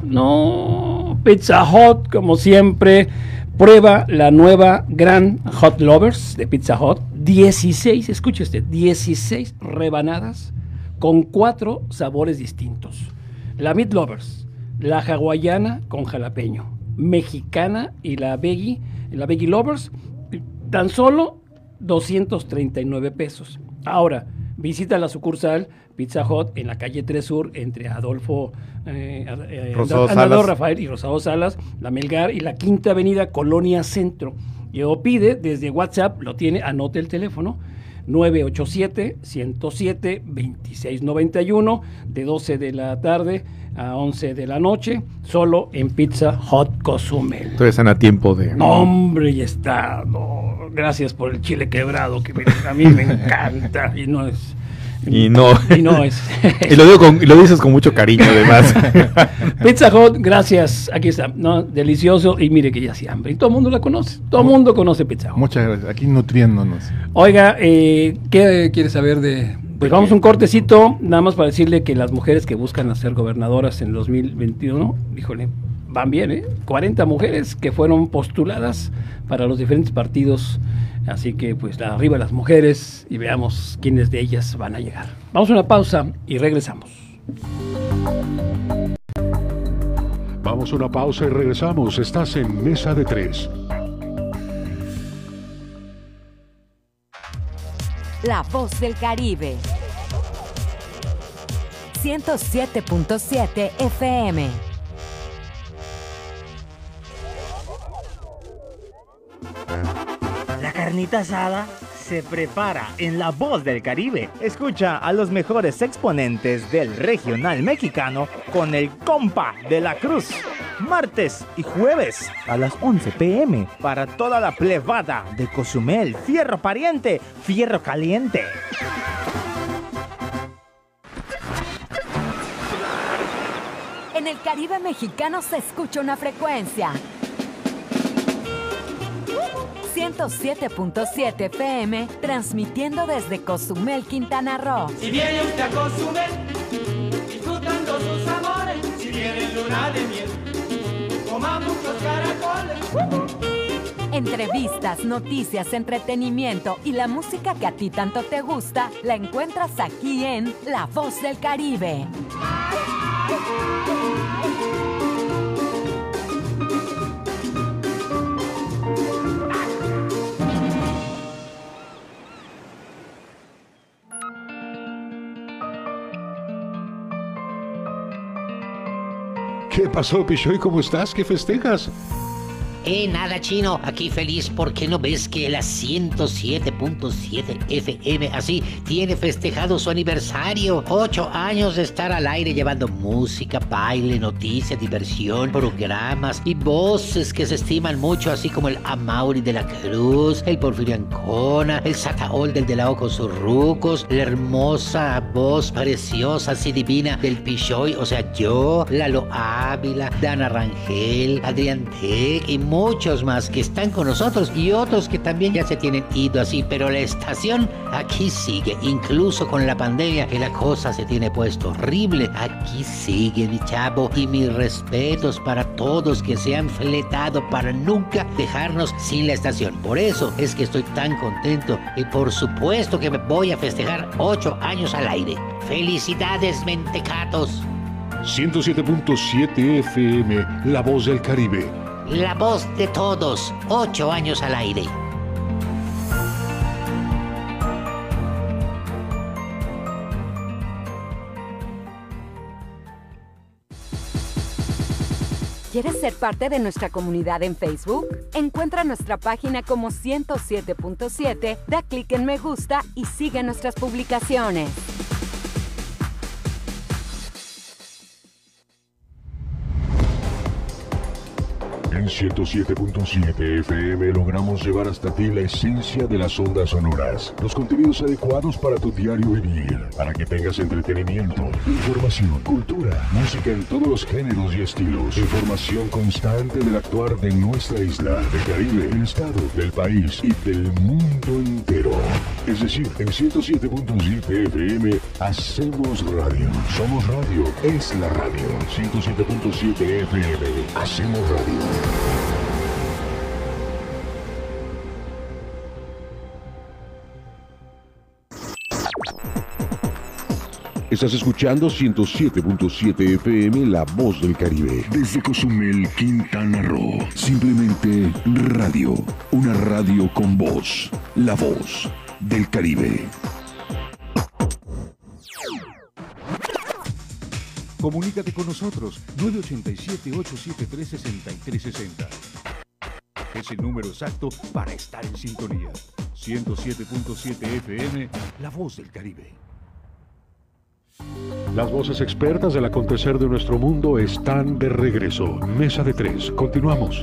no, Pizza Hut, como siempre, prueba la nueva Gran Hot Lovers de Pizza Hut, dieciséis, escuche usted, dieciséis rebanadas con cuatro sabores distintos. La Meat Lovers, la hawaiana con jalapeño, mexicana y la veggie, la veggie Lovers, tan solo doscientos treinta y nueve pesos. Ahora, visita la sucursal Pizza Hut en la calle tres Sur, entre Adolfo eh, eh, Rosado Andador Salas. Rafael y Rosado Salas, la Melgar y la Quinta Avenida, Colonia Centro. Y o pide desde WhatsApp, lo tiene, anote el teléfono, nueve ocho siete, uno cero siete, dos seis nueve uno, de doce de la tarde a once de la noche, solo en Pizza Hut Cozumel. Todavía están a tiempo de... No, hombre, ya está. No, gracias por el chile quebrado, que me, a mí me encanta. Y no es... Y no, y no es. y, lo digo con, y lo dices con mucho cariño, además. Pizza Hut, gracias. Aquí está, no, delicioso. Y mire que ya se hambre. Y todo el mundo la conoce. Todo el mundo conoce Pizza Hut. Muchas gracias. Aquí nutriéndonos. Oiga, eh, ¿qué quiere saber de...? Pues vamos a un cortecito, nada más para decirle que las mujeres que buscan ser gobernadoras en dos mil veintiuno, híjole, van bien, ¿eh? cuarenta mujeres que fueron postuladas para los diferentes partidos. Así que pues arriba las mujeres y veamos quiénes de ellas van a llegar. Vamos a una pausa y regresamos. Vamos a una pausa y regresamos. Estás en Mesa de Tres. La voz del Caribe. ciento siete punto siete F M. La carnita asada se prepara en La Voz del Caribe. Escucha a los mejores exponentes del regional mexicano con el compa de la Cruz. Martes y jueves a las once pe eme para toda la plebada de Cozumel. Fierro pariente, fierro caliente. En el Caribe mexicano se escucha una frecuencia. ciento siete punto siete F M, transmitiendo desde Cozumel, Quintana Roo. Si viene usted a Cozumel, disfrutando sus sabores, si viene en luna de miel, coma muchos caracoles. Entrevistas, noticias, entretenimiento y la música que a ti tanto te gusta, la encuentras aquí en La Voz del Caribe. ¿Qué pasó, Pichoy? ¿Cómo estás? ¿Qué festejas? Eh, nada, Chino, aquí feliz porque no ves que la ciento siete punto siete F M así tiene festejado su aniversario. Ocho años de estar al aire llevando música, baile, noticias, diversión, programas y voces que se estiman mucho, así como el Amaury de la Cruz, el Porfirio Ancona, el Sataol del de la O con sus rucos, la hermosa voz preciosa, así divina del Pichoy, o sea, yo, Lalo Ávila, Dana Rangel, Adrián Tech y muchos más que están con nosotros y otros que también ya se tienen ido así, pero la estación aquí sigue, incluso con la pandemia, que la cosa se tiene puesto horrible, aquí sigue, mi chavo, y mis respetos para todos que se han fletado para nunca dejarnos sin la estación. Por eso es que estoy tan contento y por supuesto que me voy a festejar ocho años al aire. ¡Felicidades, mentecatos! ciento siete punto siete F M, La Voz del Caribe. La voz de todos, ocho años al aire. ¿Quieres ser parte de nuestra comunidad en Facebook? Encuentra nuestra página como ciento siete punto siete, da clic en me gusta y sigue nuestras publicaciones. En ciento siete punto siete F M logramos llevar hasta ti la esencia de las ondas sonoras, los contenidos adecuados para tu diario vivir, para que tengas entretenimiento, información, cultura, música en todos los géneros y estilos, información constante del actuar de nuestra isla, del Caribe, del estado, del país y del mundo entero. Es decir, en ciento siete punto siete F M hacemos radio. Somos radio, es la radio. ciento siete punto siete F M, hacemos radio. Estás escuchando ciento siete punto siete F M, La Voz del Caribe. Desde Cozumel, Quintana Roo. Simplemente radio. Una radio con voz. La Voz del Caribe. Comunícate con nosotros, nueve ocho siete, ocho siete tres, seis tres seis cero. Es el número exacto para estar en sintonía. ciento siete punto siete F M, La Voz del Caribe. Las voces expertas del acontecer de nuestro mundo están de regreso. Mesa de tres, continuamos.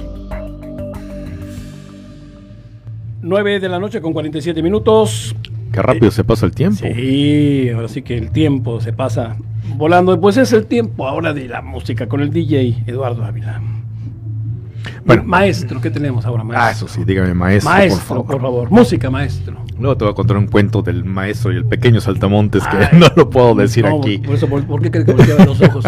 nueve de la noche con cuarenta y siete minutos. Qué rápido eh, se pasa el tiempo. Sí, ahora sí que el tiempo se pasa volando. Pues es el tiempo ahora de la música con el D J Eduardo Ávila. Bueno, maestro, ¿qué tenemos ahora, maestro? Ah, eso sí, dígame, maestro, maestro por favor. por favor. Música, maestro. Luego te voy a contar un cuento del maestro y el pequeño saltamontes que Ay, no lo puedo decir no, aquí. Por eso, ¿por, ¿por qué crees que volteaba los ojos?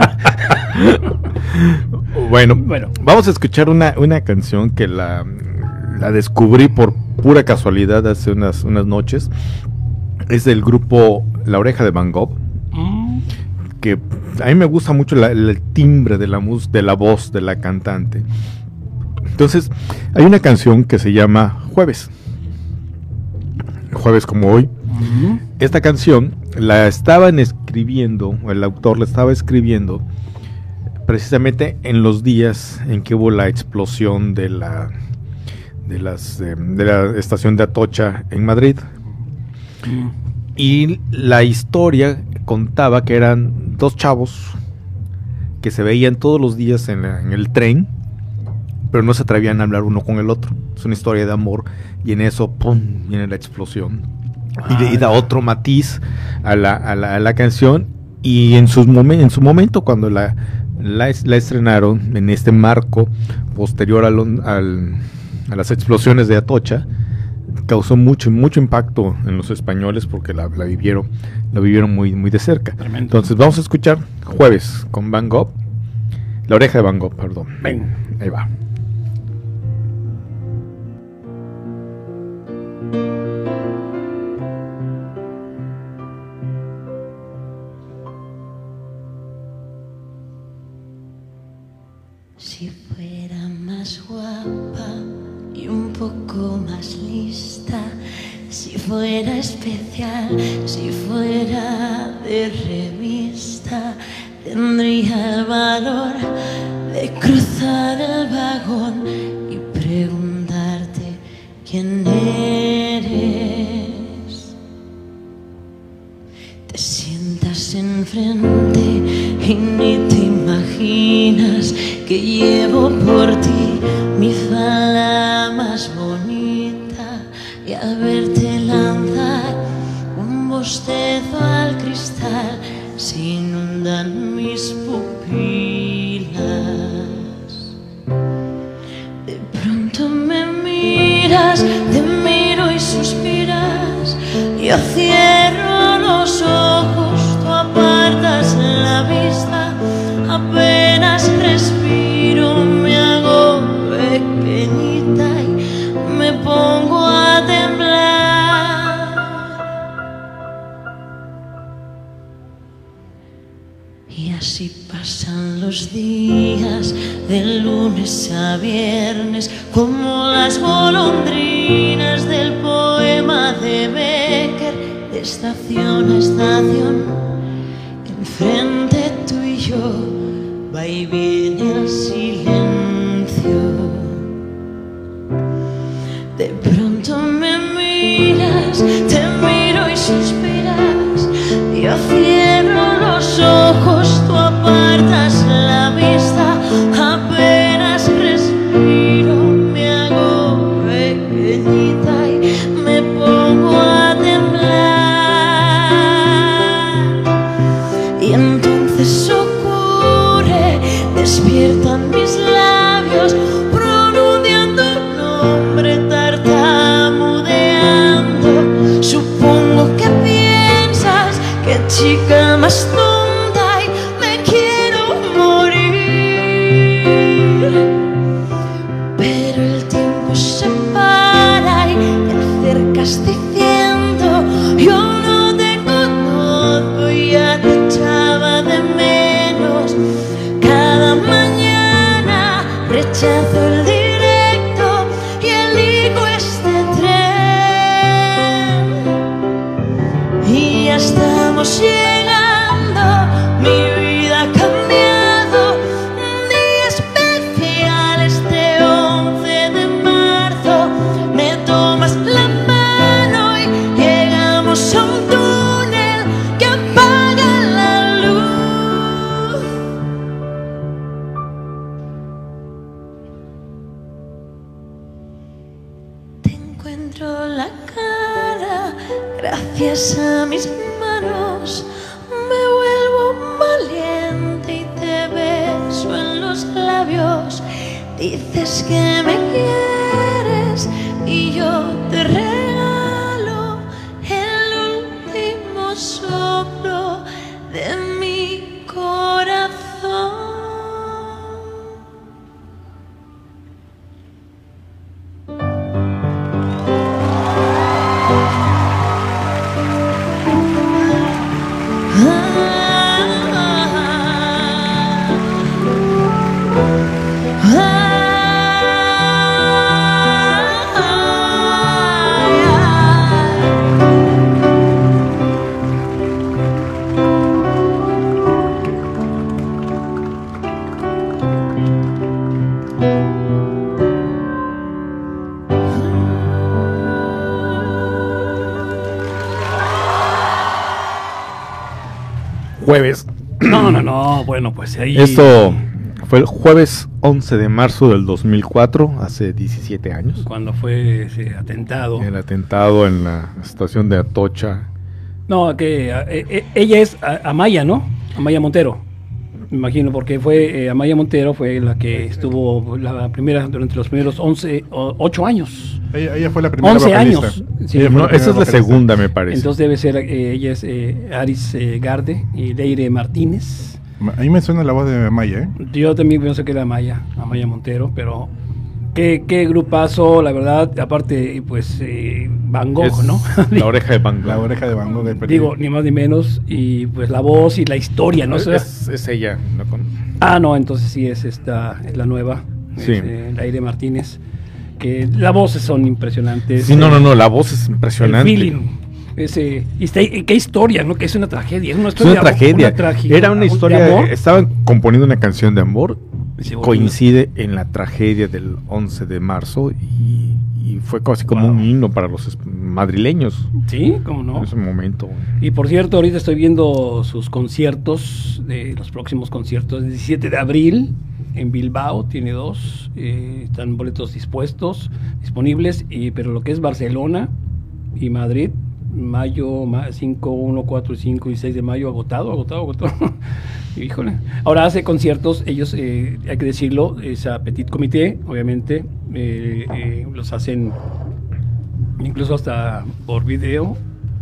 bueno, bueno, vamos a escuchar una, una canción que la, la descubrí por pura casualidad hace unas, unas noches. Es del grupo La Oreja de Van Gogh. Mm. Que a mí me gusta mucho la, el timbre de la, mus, de la voz de la cantante. Entonces, hay una canción que se llama Jueves. Jueves como hoy. Uh-huh. Esta canción la estaban escribiendo, o el autor la estaba escribiendo precisamente en los días en que hubo la explosión de la de las eh, de la estación de Atocha en Madrid. Uh-huh. Y la historia contaba que eran dos chavos que se veían todos los días en, la, en el tren, pero no se atrevían a hablar uno con el otro. Es una historia de amor y en eso, ¡pum!, viene la explosión. Y, de, y da otro matiz a la, a la, a la canción. Y en, sus momen, en su momento, cuando la, la, la estrenaron en este marco posterior al, al, a las explosiones de Atocha, causó mucho mucho impacto en los españoles porque la, la vivieron la vivieron muy muy de cerca. Tremendo. Entonces vamos a escuchar Jueves con Van Gogh, La Oreja de Van Gogh, perdón. Ven, ahí va. Si fuera más guapa y un poco más lista, si fuera especial, si fuera de revista, tendría el valor de cruzar el vagón y preguntarte quién eres. Te sientas enfrente y ni te imaginas que llevo por ti mi falda más bonita, y al verte lanzar un bostezo al cristal se inundan mis pupilas de Yo cierro los ojos, tú apartas la vista, apenas respiro, me hago pequeñita y me pongo a temblar. Y así pasan los días, de lunes a viernes, como las golondrinas del poema de Becker, de estación a estación. Enfrente tú y yo, va y viene el silencio. De pronto me miras, te miro y suspiras. Yo cierro los ojos, tú apartas la vista, apenas respiro, me hago pequeñita y me pongo a temblar. Y entonces ocurre, despiertan mis labios, pronunciando un nombre, tartamudeando. Supongo que piensas que chica más tonta y me quiero morir. Pero el tiempo se para y te acercas diciendo: yo no te conozco y ya te echaba de menos. Cada mañana rechazo el directo y elijo este tren. Y ya estamos llegando, mi vida ha cambiado. Un día especial este once de marzo. Me tomas la mano y llegamos a un túnel que apaga la luz. Te encuentro la cara gracias a mis manos. Me vuelvo valiente y te beso en los labios. Dices que me quieres y yo te regalo el último soplo de mi corazón. Jueves. No, no, no, bueno, pues ahí... Esto fue el jueves once de marzo del dos mil cuatro, hace diecisiete años. Cuando fue ese atentado. El atentado en la estación de Atocha. No, que eh, eh, ella es a- Amaya, ¿no? Amaya Montero. Me imagino, porque fue eh, Amaya Montero fue la que estuvo la primera durante los primeros once, o, ocho años. Ella, ella fue la primera once vocalista. años. Ella fue la esa es la segunda, me parece. Entonces debe ser, eh, ella es eh, Aris eh, Garde y Leire Martínez. Ahí me suena la voz de Maya, ¿eh? Yo también pienso que era Amaya, Amaya Montero, pero qué, qué grupazo, la verdad. Aparte, pues eh, Van Gogh, Es ¿no? la oreja de Van Gogh. La oreja de Van Gogh. del Digo, ni más ni menos. Y pues la voz y la historia, ¿no? Es, O sea, es, es ella. ¿no? Con... Ah, no, entonces sí es esta, es la nueva. Sí. Es, eh, Leire Martínez. Que las voces son impresionantes. Sí, no, eh, no, no, la voz es impresionante. El feeling. Ese, y está- y qué historia, ¿no? Que es una tragedia. Es una, Es historia una de amor, tragedia. una tragedia Era una de historia. amor. Estaban componiendo una canción de amor. Se volvió- Coincide en la tragedia del once de marzo y, y fue casi como Wow. un himno para los es- madrileños. Sí, cómo no. En ese momento. Y por cierto, ahorita estoy viendo sus conciertos, de los próximos conciertos, el diecisiete de abril en Bilbao, tiene dos, eh, están boletos dispuestos, disponibles, y, pero lo que es Barcelona y Madrid, mayo ma- cinco, uno, cuatro, cinco y seis de mayo, agotado, agotado, agotado. Híjole. Ahora hace conciertos, ellos, eh, hay que decirlo, es a Petit Comité, obviamente, eh, eh, los hacen incluso hasta por video,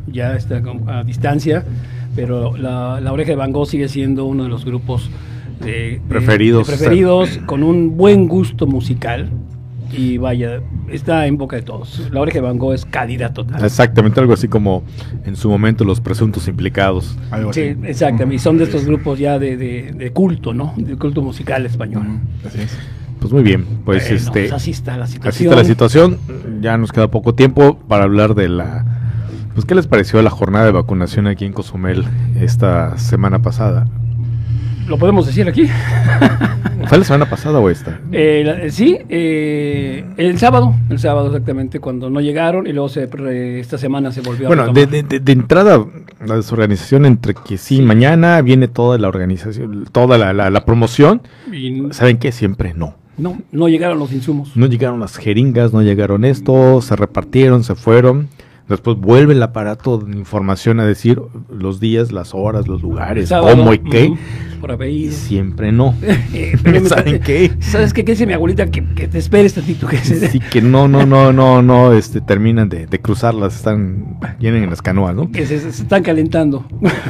ya está como a distancia, pero la, la Oreja de Van Gogh sigue siendo uno de los grupos de, de, preferidos, de preferidos con un buen gusto musical. Y vaya, está en boca de todos. La Oreja de Van Gogh es calidad total. Exactamente, algo así como en su momento los presuntos implicados. Algo sí, así. Exactamente, y son de estos grupos ya de, de, de culto, ¿no? De culto musical español. Así es. Pues muy bien, pues bueno, este pues así está la situación. Así está la situación. Ya nos queda poco tiempo para hablar de la. Pues, ¿qué les pareció la jornada de vacunación aquí en Cozumel esta semana pasada? ¿Lo podemos decir aquí? ¿Fue la semana pasada o esta? Eh, la, sí, eh, el sábado, el sábado exactamente, cuando no llegaron y luego se, re, esta semana se volvió bueno, a Bueno, de, de, de entrada, la desorganización entre que sí, sí, mañana viene toda la organización, toda la, la, la promoción, y, ¿saben qué? Siempre no. No, no llegaron los insumos. No llegaron las jeringas, no llegaron esto, se repartieron, se fueron. Después vuelve el aparato de información a decir los días, las horas, los lugares, sábado, cómo y qué. Uh-huh, por apellido. Siempre no. Pero ¿saben qué? ¿Sabes qué? ¿Qué dice mi abuelita? Que, que te esperes tantito. Que se... Sí, que no, no, no, no, no, este, terminan de, de cruzarlas, están, vienen en las canoas, ¿no? Que se, se están calentando.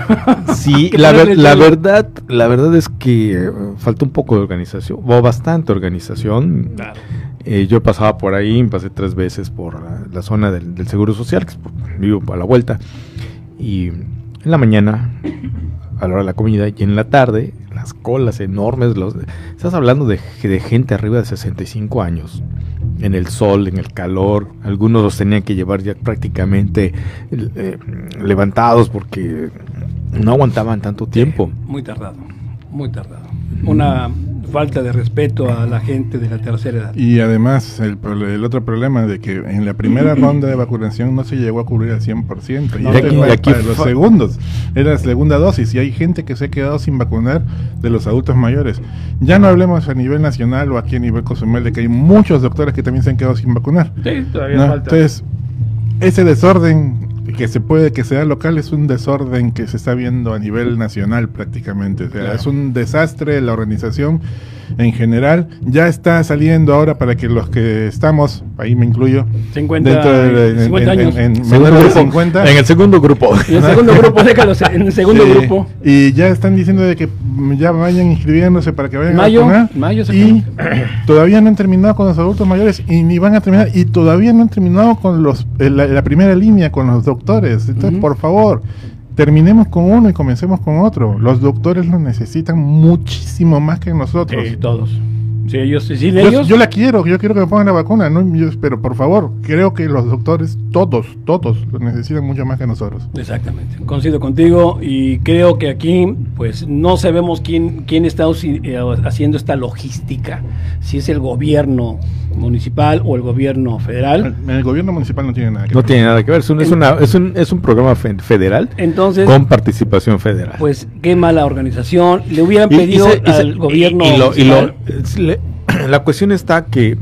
Sí, la, ver, la verdad, la verdad es que falta un poco de organización, o bastante organización. Claro. Eh, yo pasaba por ahí, pasé tres veces por la, la zona del, del Seguro Social, que es por, vivo a la vuelta, y en la mañana, a la hora de la comida, y en la tarde, las colas enormes, los, estás hablando de, de gente arriba de sesenta y cinco años, en el sol, en el calor, algunos los tenían que llevar ya prácticamente eh, levantados porque no aguantaban tanto tiempo. Sí, muy tardado, muy tardado. Una falta de respeto a la gente de la tercera edad. Y además el, el otro problema de que en la primera ronda de vacunación no se llegó a cubrir al cien por ciento. Y, no, aquí, para, aquí para los segundos, era la segunda dosis y hay gente que se ha quedado sin vacunar de los adultos mayores. Ya no hablemos a nivel nacional o aquí a nivel Cozumel de que hay muchos doctores que también se han quedado sin vacunar. Sí, todavía ¿no? falta. Entonces, ese desorden que se puede que sea local es un desorden que se está viendo a nivel nacional prácticamente, o sea, claro. Es un desastre la organización en general, ya está saliendo ahora para que los que estamos, ahí me incluyo, cincuenta, dentro de cincuenta en, años. En, en, en, segundo grupo, cincuenta, en el segundo grupo. En el segundo grupo, déjalos en el segundo sí, grupo. Y ya están diciendo de que ya vayan inscribiéndose para que vayan mayo, a vacunar. Mayo, y todavía no han terminado con los adultos mayores y ni van a terminar, y todavía no han terminado con los eh, la, la primera línea, con los doctores. Entonces, uh-huh. por favor, terminemos con uno y comencemos con otro. Los doctores lo necesitan muchísimo más que nosotros. Sí, todos. Sí, ellos, sí, yo, ellos. yo la quiero, yo quiero que me pongan la vacuna, ¿no? Yo, pero por favor, creo que los doctores, todos, todos, lo necesitan mucho más que nosotros. Exactamente, coincido contigo y creo que aquí, pues, no sabemos quién, quién está haciendo esta logística, si es el gobierno municipal o el gobierno federal. El, el gobierno municipal no tiene nada que no ver. No tiene nada que ver, es un, es una, es un, es un programa fe, federal. Entonces, con participación federal. Pues qué mala organización. Le hubieran y, pedido y se, y al se, gobierno y, y lo, y lo, le, la cuestión está que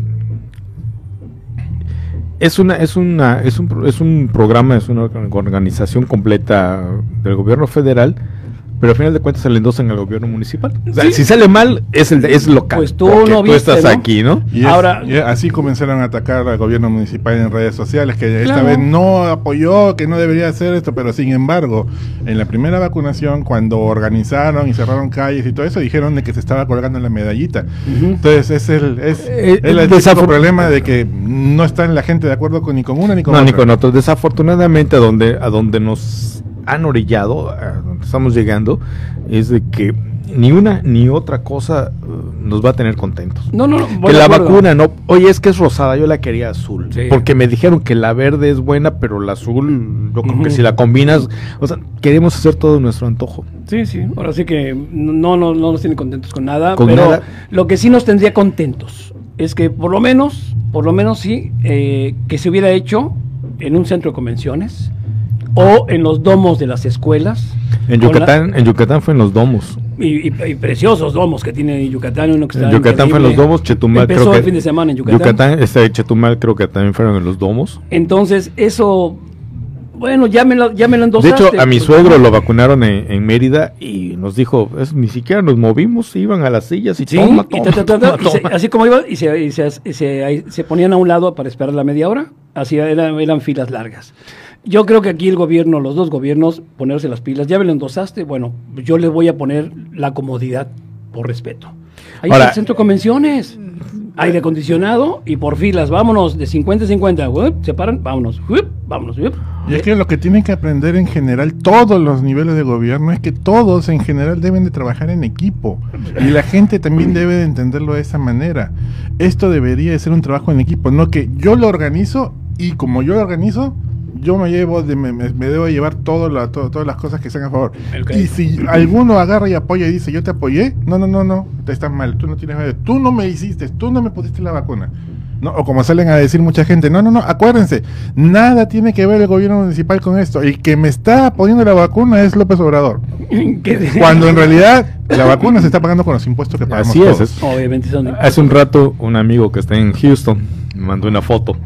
es una es una es un es un programa, es una organización completa del gobierno federal, pero al final de cuentas se le endosan al gobierno municipal. O sea, ¿sí? Si sale mal es el es local. Pues tú no viste, tú estás ¿no? aquí, ¿no? Y es, ahora y así comenzaron a atacar al gobierno municipal en redes sociales, que esta claro. vez no apoyó, que no debería hacer esto, pero sin embargo, en la primera vacunación, cuando organizaron y cerraron calles y todo eso, dijeron de que se estaba colgando la medallita. Uh-huh. Entonces es el es, eh, el, el desafor- problema de que no está la gente de acuerdo con ni con una ni con no, otra. ni con otros. Desafortunadamente a donde a donde nos han orillado, a donde estamos llegando, es de que ni una ni otra cosa uh, nos va a tener contentos. No, no, no. Que la vacuna no, oye, es que es rosada, yo la quería azul, sí. Porque me dijeron que la verde es buena, pero la azul, yo creo uh-huh. que si la combinas, o sea, queremos hacer todo nuestro antojo. Sí, sí, ahora sí que no, no, no nos tienen contentos con nada, con pero nada. Lo que sí nos tendría contentos es que por lo menos, por lo menos sí, eh, que se hubiera hecho en un centro de convenciones o en los domos de las escuelas. En Yucatán, la, en Yucatán fue en los domos. Y, y, y preciosos domos que tiene Yucatán. Uno que en Yucatán fue en los domos, Chetumal empezó creo que, el fin de semana en Yucatán. Yucatán, este, Chetumal creo que también fueron en los domos. Entonces, eso, bueno, ya me lo, ya me lo endosaste. De hecho, a mi suegro lo vacunaron en, en Mérida y nos dijo, es, ni siquiera nos movimos, iban a las sillas y sí, toma, y toma, ta, ta, ta, toma, y se, toma. así como iban, y, se, y se, se, se, se ponían a un lado para esperar la media hora. Así era, eran filas largas. Yo creo que aquí el gobierno, los dos gobiernos, ponerse las pilas. Ya me lo endosaste, bueno, yo le voy a poner la comodidad por respeto. Ahí está el centro de convenciones, aire acondicionado y por filas, vámonos, de cincuenta a cincuenta, uh, se paran, vámonos, uh, vámonos. Uh. Y es que lo que tienen que aprender en general todos los niveles de gobierno es que todos en general deben de trabajar en equipo. Y la gente también debe de entenderlo de esa manera. Esto debería de ser un trabajo en equipo, no que yo lo organizo y como yo lo organizo, yo me llevo de, me, me debo llevar todo la, todo, todas las cosas que sean a favor. Okay. Y si alguno agarra y apoya y dice yo te apoyé, no, no, no, no, te estás mal, tú no tienes nada, tú no me hiciste, tú no me pusiste la vacuna. No, o como salen a decir mucha gente, no, no, no, acuérdense, nada tiene que ver el gobierno municipal con esto. El que me está poniendo la vacuna es López Obrador. Cuando en realidad la vacuna se está pagando con los impuestos que pagamos. Así todos. es. es. Obviamente son Hace un rato un amigo que está en Houston me mandó una foto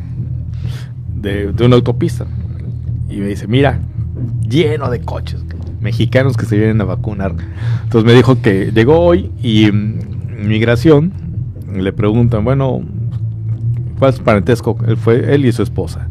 de, de una autopista y me dice, mira, lleno de coches mexicanos que se vienen a vacunar. Entonces me dijo que llegó hoy y en migración le preguntan, bueno, ¿cuál es su parentesco? Él fue él y su esposa.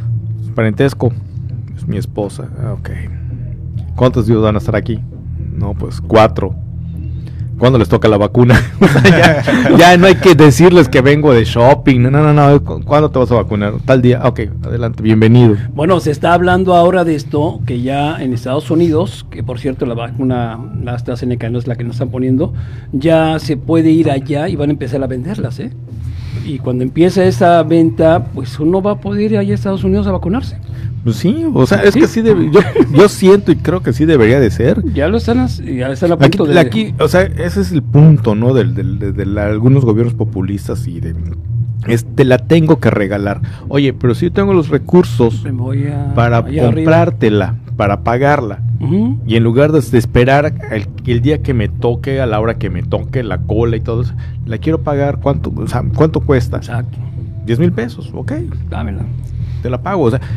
Su parentesco es mi esposa. Ah, ok. ¿Cuántos días van a estar aquí? No, pues cuatro. ¿Cuándo les toca la vacuna? O sea, ya, ya no hay que decirles que vengo de shopping. No, no, no, no. ¿Cuándo te vas a vacunar? Tal día. Ok, adelante, bienvenido. Bueno, se está hablando ahora de esto, que ya en Estados Unidos, que por cierto la vacuna, la AstraZeneca no es la que nos están poniendo, ya se puede ir allá y van a empezar a venderlas, ¿eh? Y cuando empiece esa venta, pues uno va a poder ir allá a Estados Unidos a vacunarse. Pues sí, o sea, es sí. que sí debe, yo, yo siento y creo que sí debería de ser. Ya lo están, ya están a punto aquí, de... Aquí, o sea, ese es el punto, ¿no? Del, del, de, de la, algunos gobiernos populistas y de... Este, la tengo que regalar. Oye, pero si yo tengo los recursos a, para comprártela, arriba. para pagarla, uh-huh. y en lugar de, de esperar el, el día que me toque, a la hora que me toque, la cola y todo eso, la quiero pagar, ¿cuánto, o sea, ¿cuánto cuesta? Exacto. diez mil pesos, ok. Dámela. Te la pago, o sea...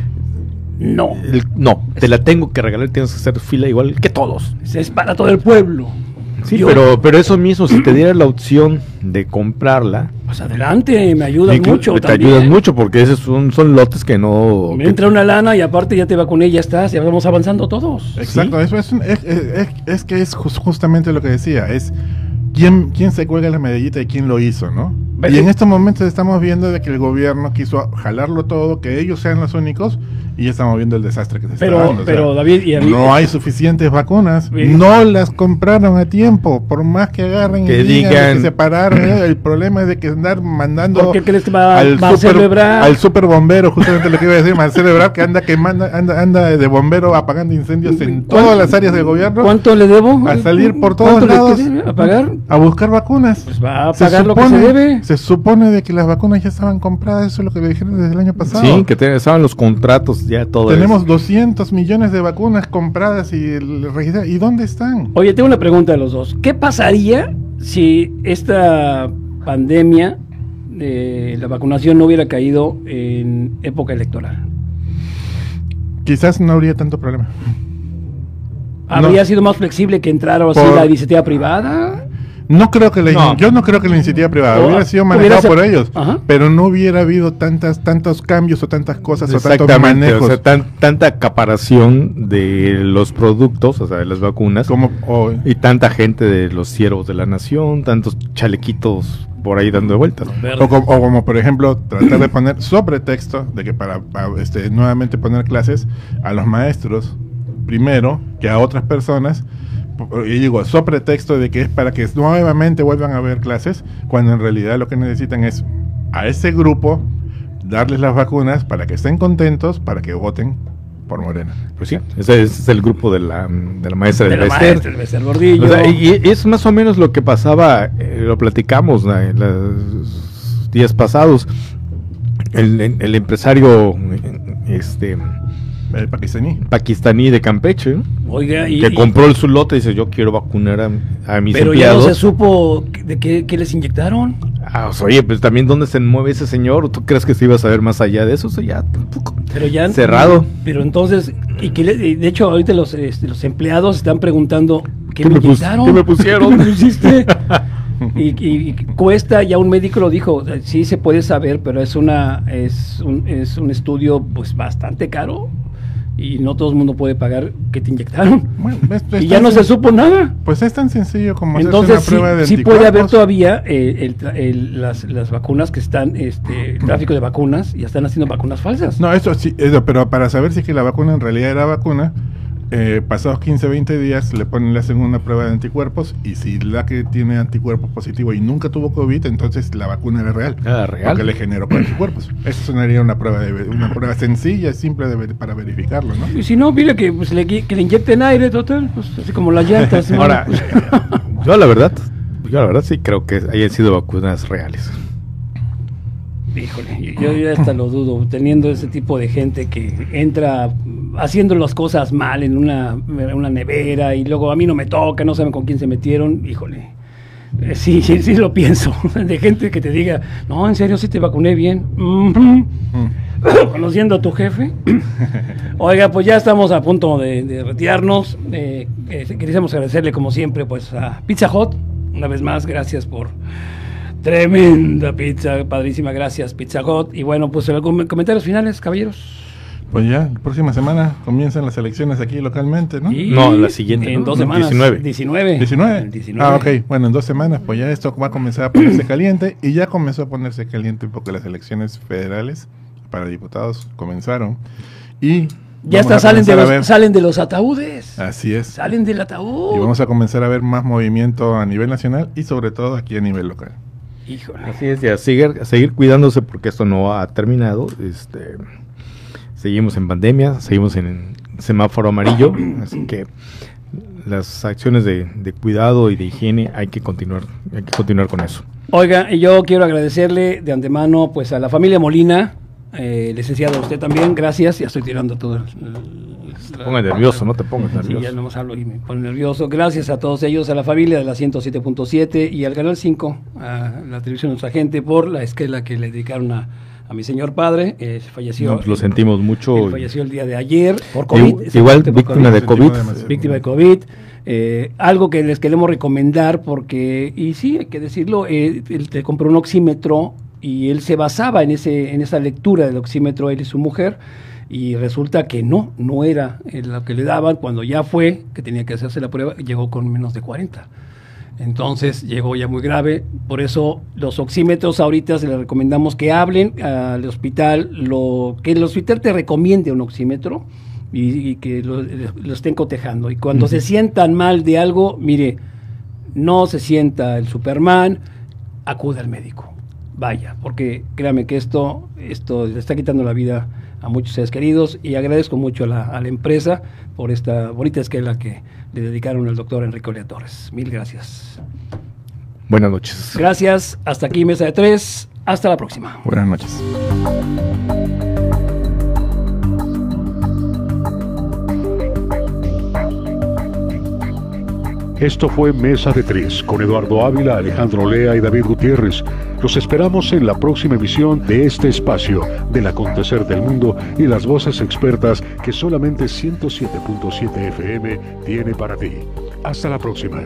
No. El, no, te la tengo que regalar, tienes que hacer fila igual que todos. Es para todo el pueblo. Sí, Yo, pero, pero eso mismo, si te diera la opción de comprarla... Pues adelante, me ayudas y, mucho Te también. ayudas mucho porque esos son, son lotes que no... Me que entra una lana y aparte ya te vacuné y ya estás, ya vamos avanzando todos. Exacto, ¿sí? eso es, es, es, es, es que es justamente lo que decía, es... ¿Quién, ¿Quién se cuelga la medallita y quién lo hizo, no? Y en estos momentos estamos viendo de que el gobierno quiso jalarlo todo, que ellos sean los únicos, y ya estamos viendo el desastre que se pero, está dando. Pero, o sea, David, y David, no hay suficientes vacunas, bien. no las compraron a tiempo, por más que agarren que y digan, digan que se pararon, ¿eh? El problema es de que andar mandando ¿Por qué crees que va, al, va super, a celebrar? al super bombero, justamente lo que iba a decir, Marcelo Ebrard, que anda que manda, anda, anda de bombero apagando incendios en todas las áreas del gobierno. ¿Cuánto le debo? A salir por todos lados le a pagar, a buscar vacunas. Pues va a pagar se lo supone, que se debe. Se supone de que las vacunas ya estaban compradas, eso es lo que le dijeron desde el año pasado. Sí, que te, estaban los contratos ya todo. Tenemos eso. doscientos millones de vacunas compradas y registradas. ¿Y dónde están? Oye, tengo una pregunta de los dos. ¿Qué pasaría si esta pandemia de la vacunación no hubiera caído en época electoral? Quizás no habría tanto problema. ¿Habría no. sido más flexible que entrara así Por... la iniciativa privada? No creo que la no. yo no creo que la iniciativa privada oh, hubiera sido manejada por ellos, Ajá. pero no hubiera habido tantas tantos cambios o tantas cosas o tantos manejos, o sea, tan, tanta acaparación de los productos, o sea, de las vacunas, como oh, y tanta gente de los siervos de la nación, tantos chalequitos por ahí dando vueltas. O, o como por ejemplo tratar de poner sobre texto de que para, para este, nuevamente poner clases a los maestros primero que a otras personas. Y digo, so pretexto de que es para que nuevamente vuelvan a haber clases, cuando en realidad lo que necesitan es a ese grupo darles las vacunas para que estén contentos, para que voten por Morena. Pues sí, ese es el grupo de la, de la maestra de del la maestra, Bester Gordillo. O sea, y, y es más o menos lo que pasaba, eh, lo platicamos ¿no? en los días pasados. El, el empresario este el pakistaní pakistaní de Campeche, Oiga, y, que compró el su lote y dice yo quiero vacunar a, a mis pero empleados. Ya no se supo de qué, qué les inyectaron. Ah, o sea, oye, pues también dónde se mueve ese señor. ¿Tú crees que se iba a saber más allá de eso? O sea, ya tampoco. Pero ya cerrado. Pero entonces, y que le, de hecho ahorita los este, los empleados están preguntando ¿qué, ¿Qué me me inyectaron? ¿Qué me pusieron? ¿Qué me pusiste? y, y, y cuesta, ya un médico lo dijo, sí se puede saber, pero es una es un, es un estudio pues bastante caro y no todo el mundo puede pagar que te inyectaron. Bueno, es, es y ya no se supo nada. Pues es tan sencillo como entonces hacerse una sí, prueba de sí anticuerpos. puede haber todavía eh, el, el, las, las vacunas que están, este, el tráfico de vacunas, y están haciendo vacunas falsas. No, eso sí, eso, pero para saber si que la vacuna en realidad era vacuna, eh, pasados quince, veinte días le ponen, le hacen una prueba de anticuerpos, y si la que tiene anticuerpos positivos y nunca tuvo COVID, entonces la vacuna era real. Ah, real. Porque le generó anticuerpos. Eso sería una prueba de una prueba sencilla, simple de ver, para verificarlo, ¿no? Y si no, mire que, pues, le, que le inyecten aire, total, pues, así como las llantas. ¿no? Ahora, yo la verdad, yo la verdad sí creo que hayan sido vacunas reales. Híjole, yo, yo hasta lo dudo, teniendo ese tipo de gente que entra haciendo las cosas mal en una, una nevera y luego a mí no me toca, no saben con quién se metieron, híjole. Eh, sí, sí, sí lo pienso, de gente que te diga, no, en serio, sí te vacuné bien. Mm-hmm. Mm. Conociendo a tu jefe. Oiga, pues ya estamos a punto de, de retirarnos. Eh, eh, queríamos agradecerle como siempre pues a Pizza Hut, una vez más, gracias por... Tremenda pizza, padrísima, gracias Pizza Hut. Y bueno, pues algunos comentarios finales, caballeros. Pues ya, la próxima semana comienzan las elecciones aquí localmente, ¿no? Y no, la siguiente. En ¿no? dos semanas. diecinueve. diecinueve. ¿diecinueve? diecinueve. Ah, ok. Bueno, en dos semanas, pues ya esto va a comenzar a ponerse caliente. Y ya comenzó a ponerse caliente porque las elecciones federales para diputados comenzaron. Y ya hasta salen de, los, salen de los ataúdes. Así es. Salen del ataúd. Y vamos a comenzar a ver más movimiento a nivel nacional y sobre todo aquí a nivel local. Híjole. Así es, ya seguir, a seguir cuidándose porque esto no ha terminado. Este, seguimos en pandemia, seguimos en semáforo amarillo, así que las acciones de, de cuidado y de higiene hay que continuar, hay que continuar con eso. Oiga, yo quiero agradecerle de antemano pues a la familia Molina, eh, licenciado, a usted también, gracias. Ya estoy tirando todo. El, te pongas nervioso, no te pongas nervioso. Sí, ya no más hablo y me pongo nervioso. Gracias a todos ellos, a la familia de la ciento siete punto siete y al Canal cinco, a la televisión de nuestra gente, por la esquela que le dedicaron a, a mi señor padre. Eh, falleció. Nos lo sentimos mucho. Él falleció el día de ayer por COVID. I, igual víctima de COVID. Víctima de COVID. Eh, algo que les queremos recomendar porque, y sí, hay que decirlo, eh, él te compró un oxímetro y él se basaba en ese en esa lectura del oxímetro, él y su mujer, y resulta que no, no era lo que le daban. Cuando ya fue, que tenía que hacerse la prueba, llegó con menos de cuarenta. Entonces llegó ya muy grave. Por eso los oxímetros ahorita se les recomendamos que hablen al hospital, lo que el hospital te recomiende un oxímetro y, y que lo, lo estén cotejando. Y cuando uh-huh. se sientan mal de algo, mire, no se sienta el Superman, acude al médico. Vaya, porque créame que esto, esto le está quitando la vida a muchos seres queridos, y agradezco mucho a la, a la empresa por esta bonita esquela que le dedicaron al doctor Enrique Olea Torres. Mil gracias. Buenas noches. Gracias, hasta aquí Mesa de Tres, hasta la próxima. Buenas noches. Esto fue Mesa de Tres, con Eduardo Ávila, Alejandro Olea y David Gutiérrez. Los esperamos en la próxima emisión de este espacio del acontecer del mundo y las voces expertas que solamente ciento siete punto siete F M tiene para ti. Hasta la próxima.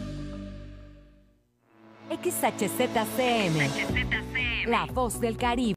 X H Z C M, la voz del Caribe.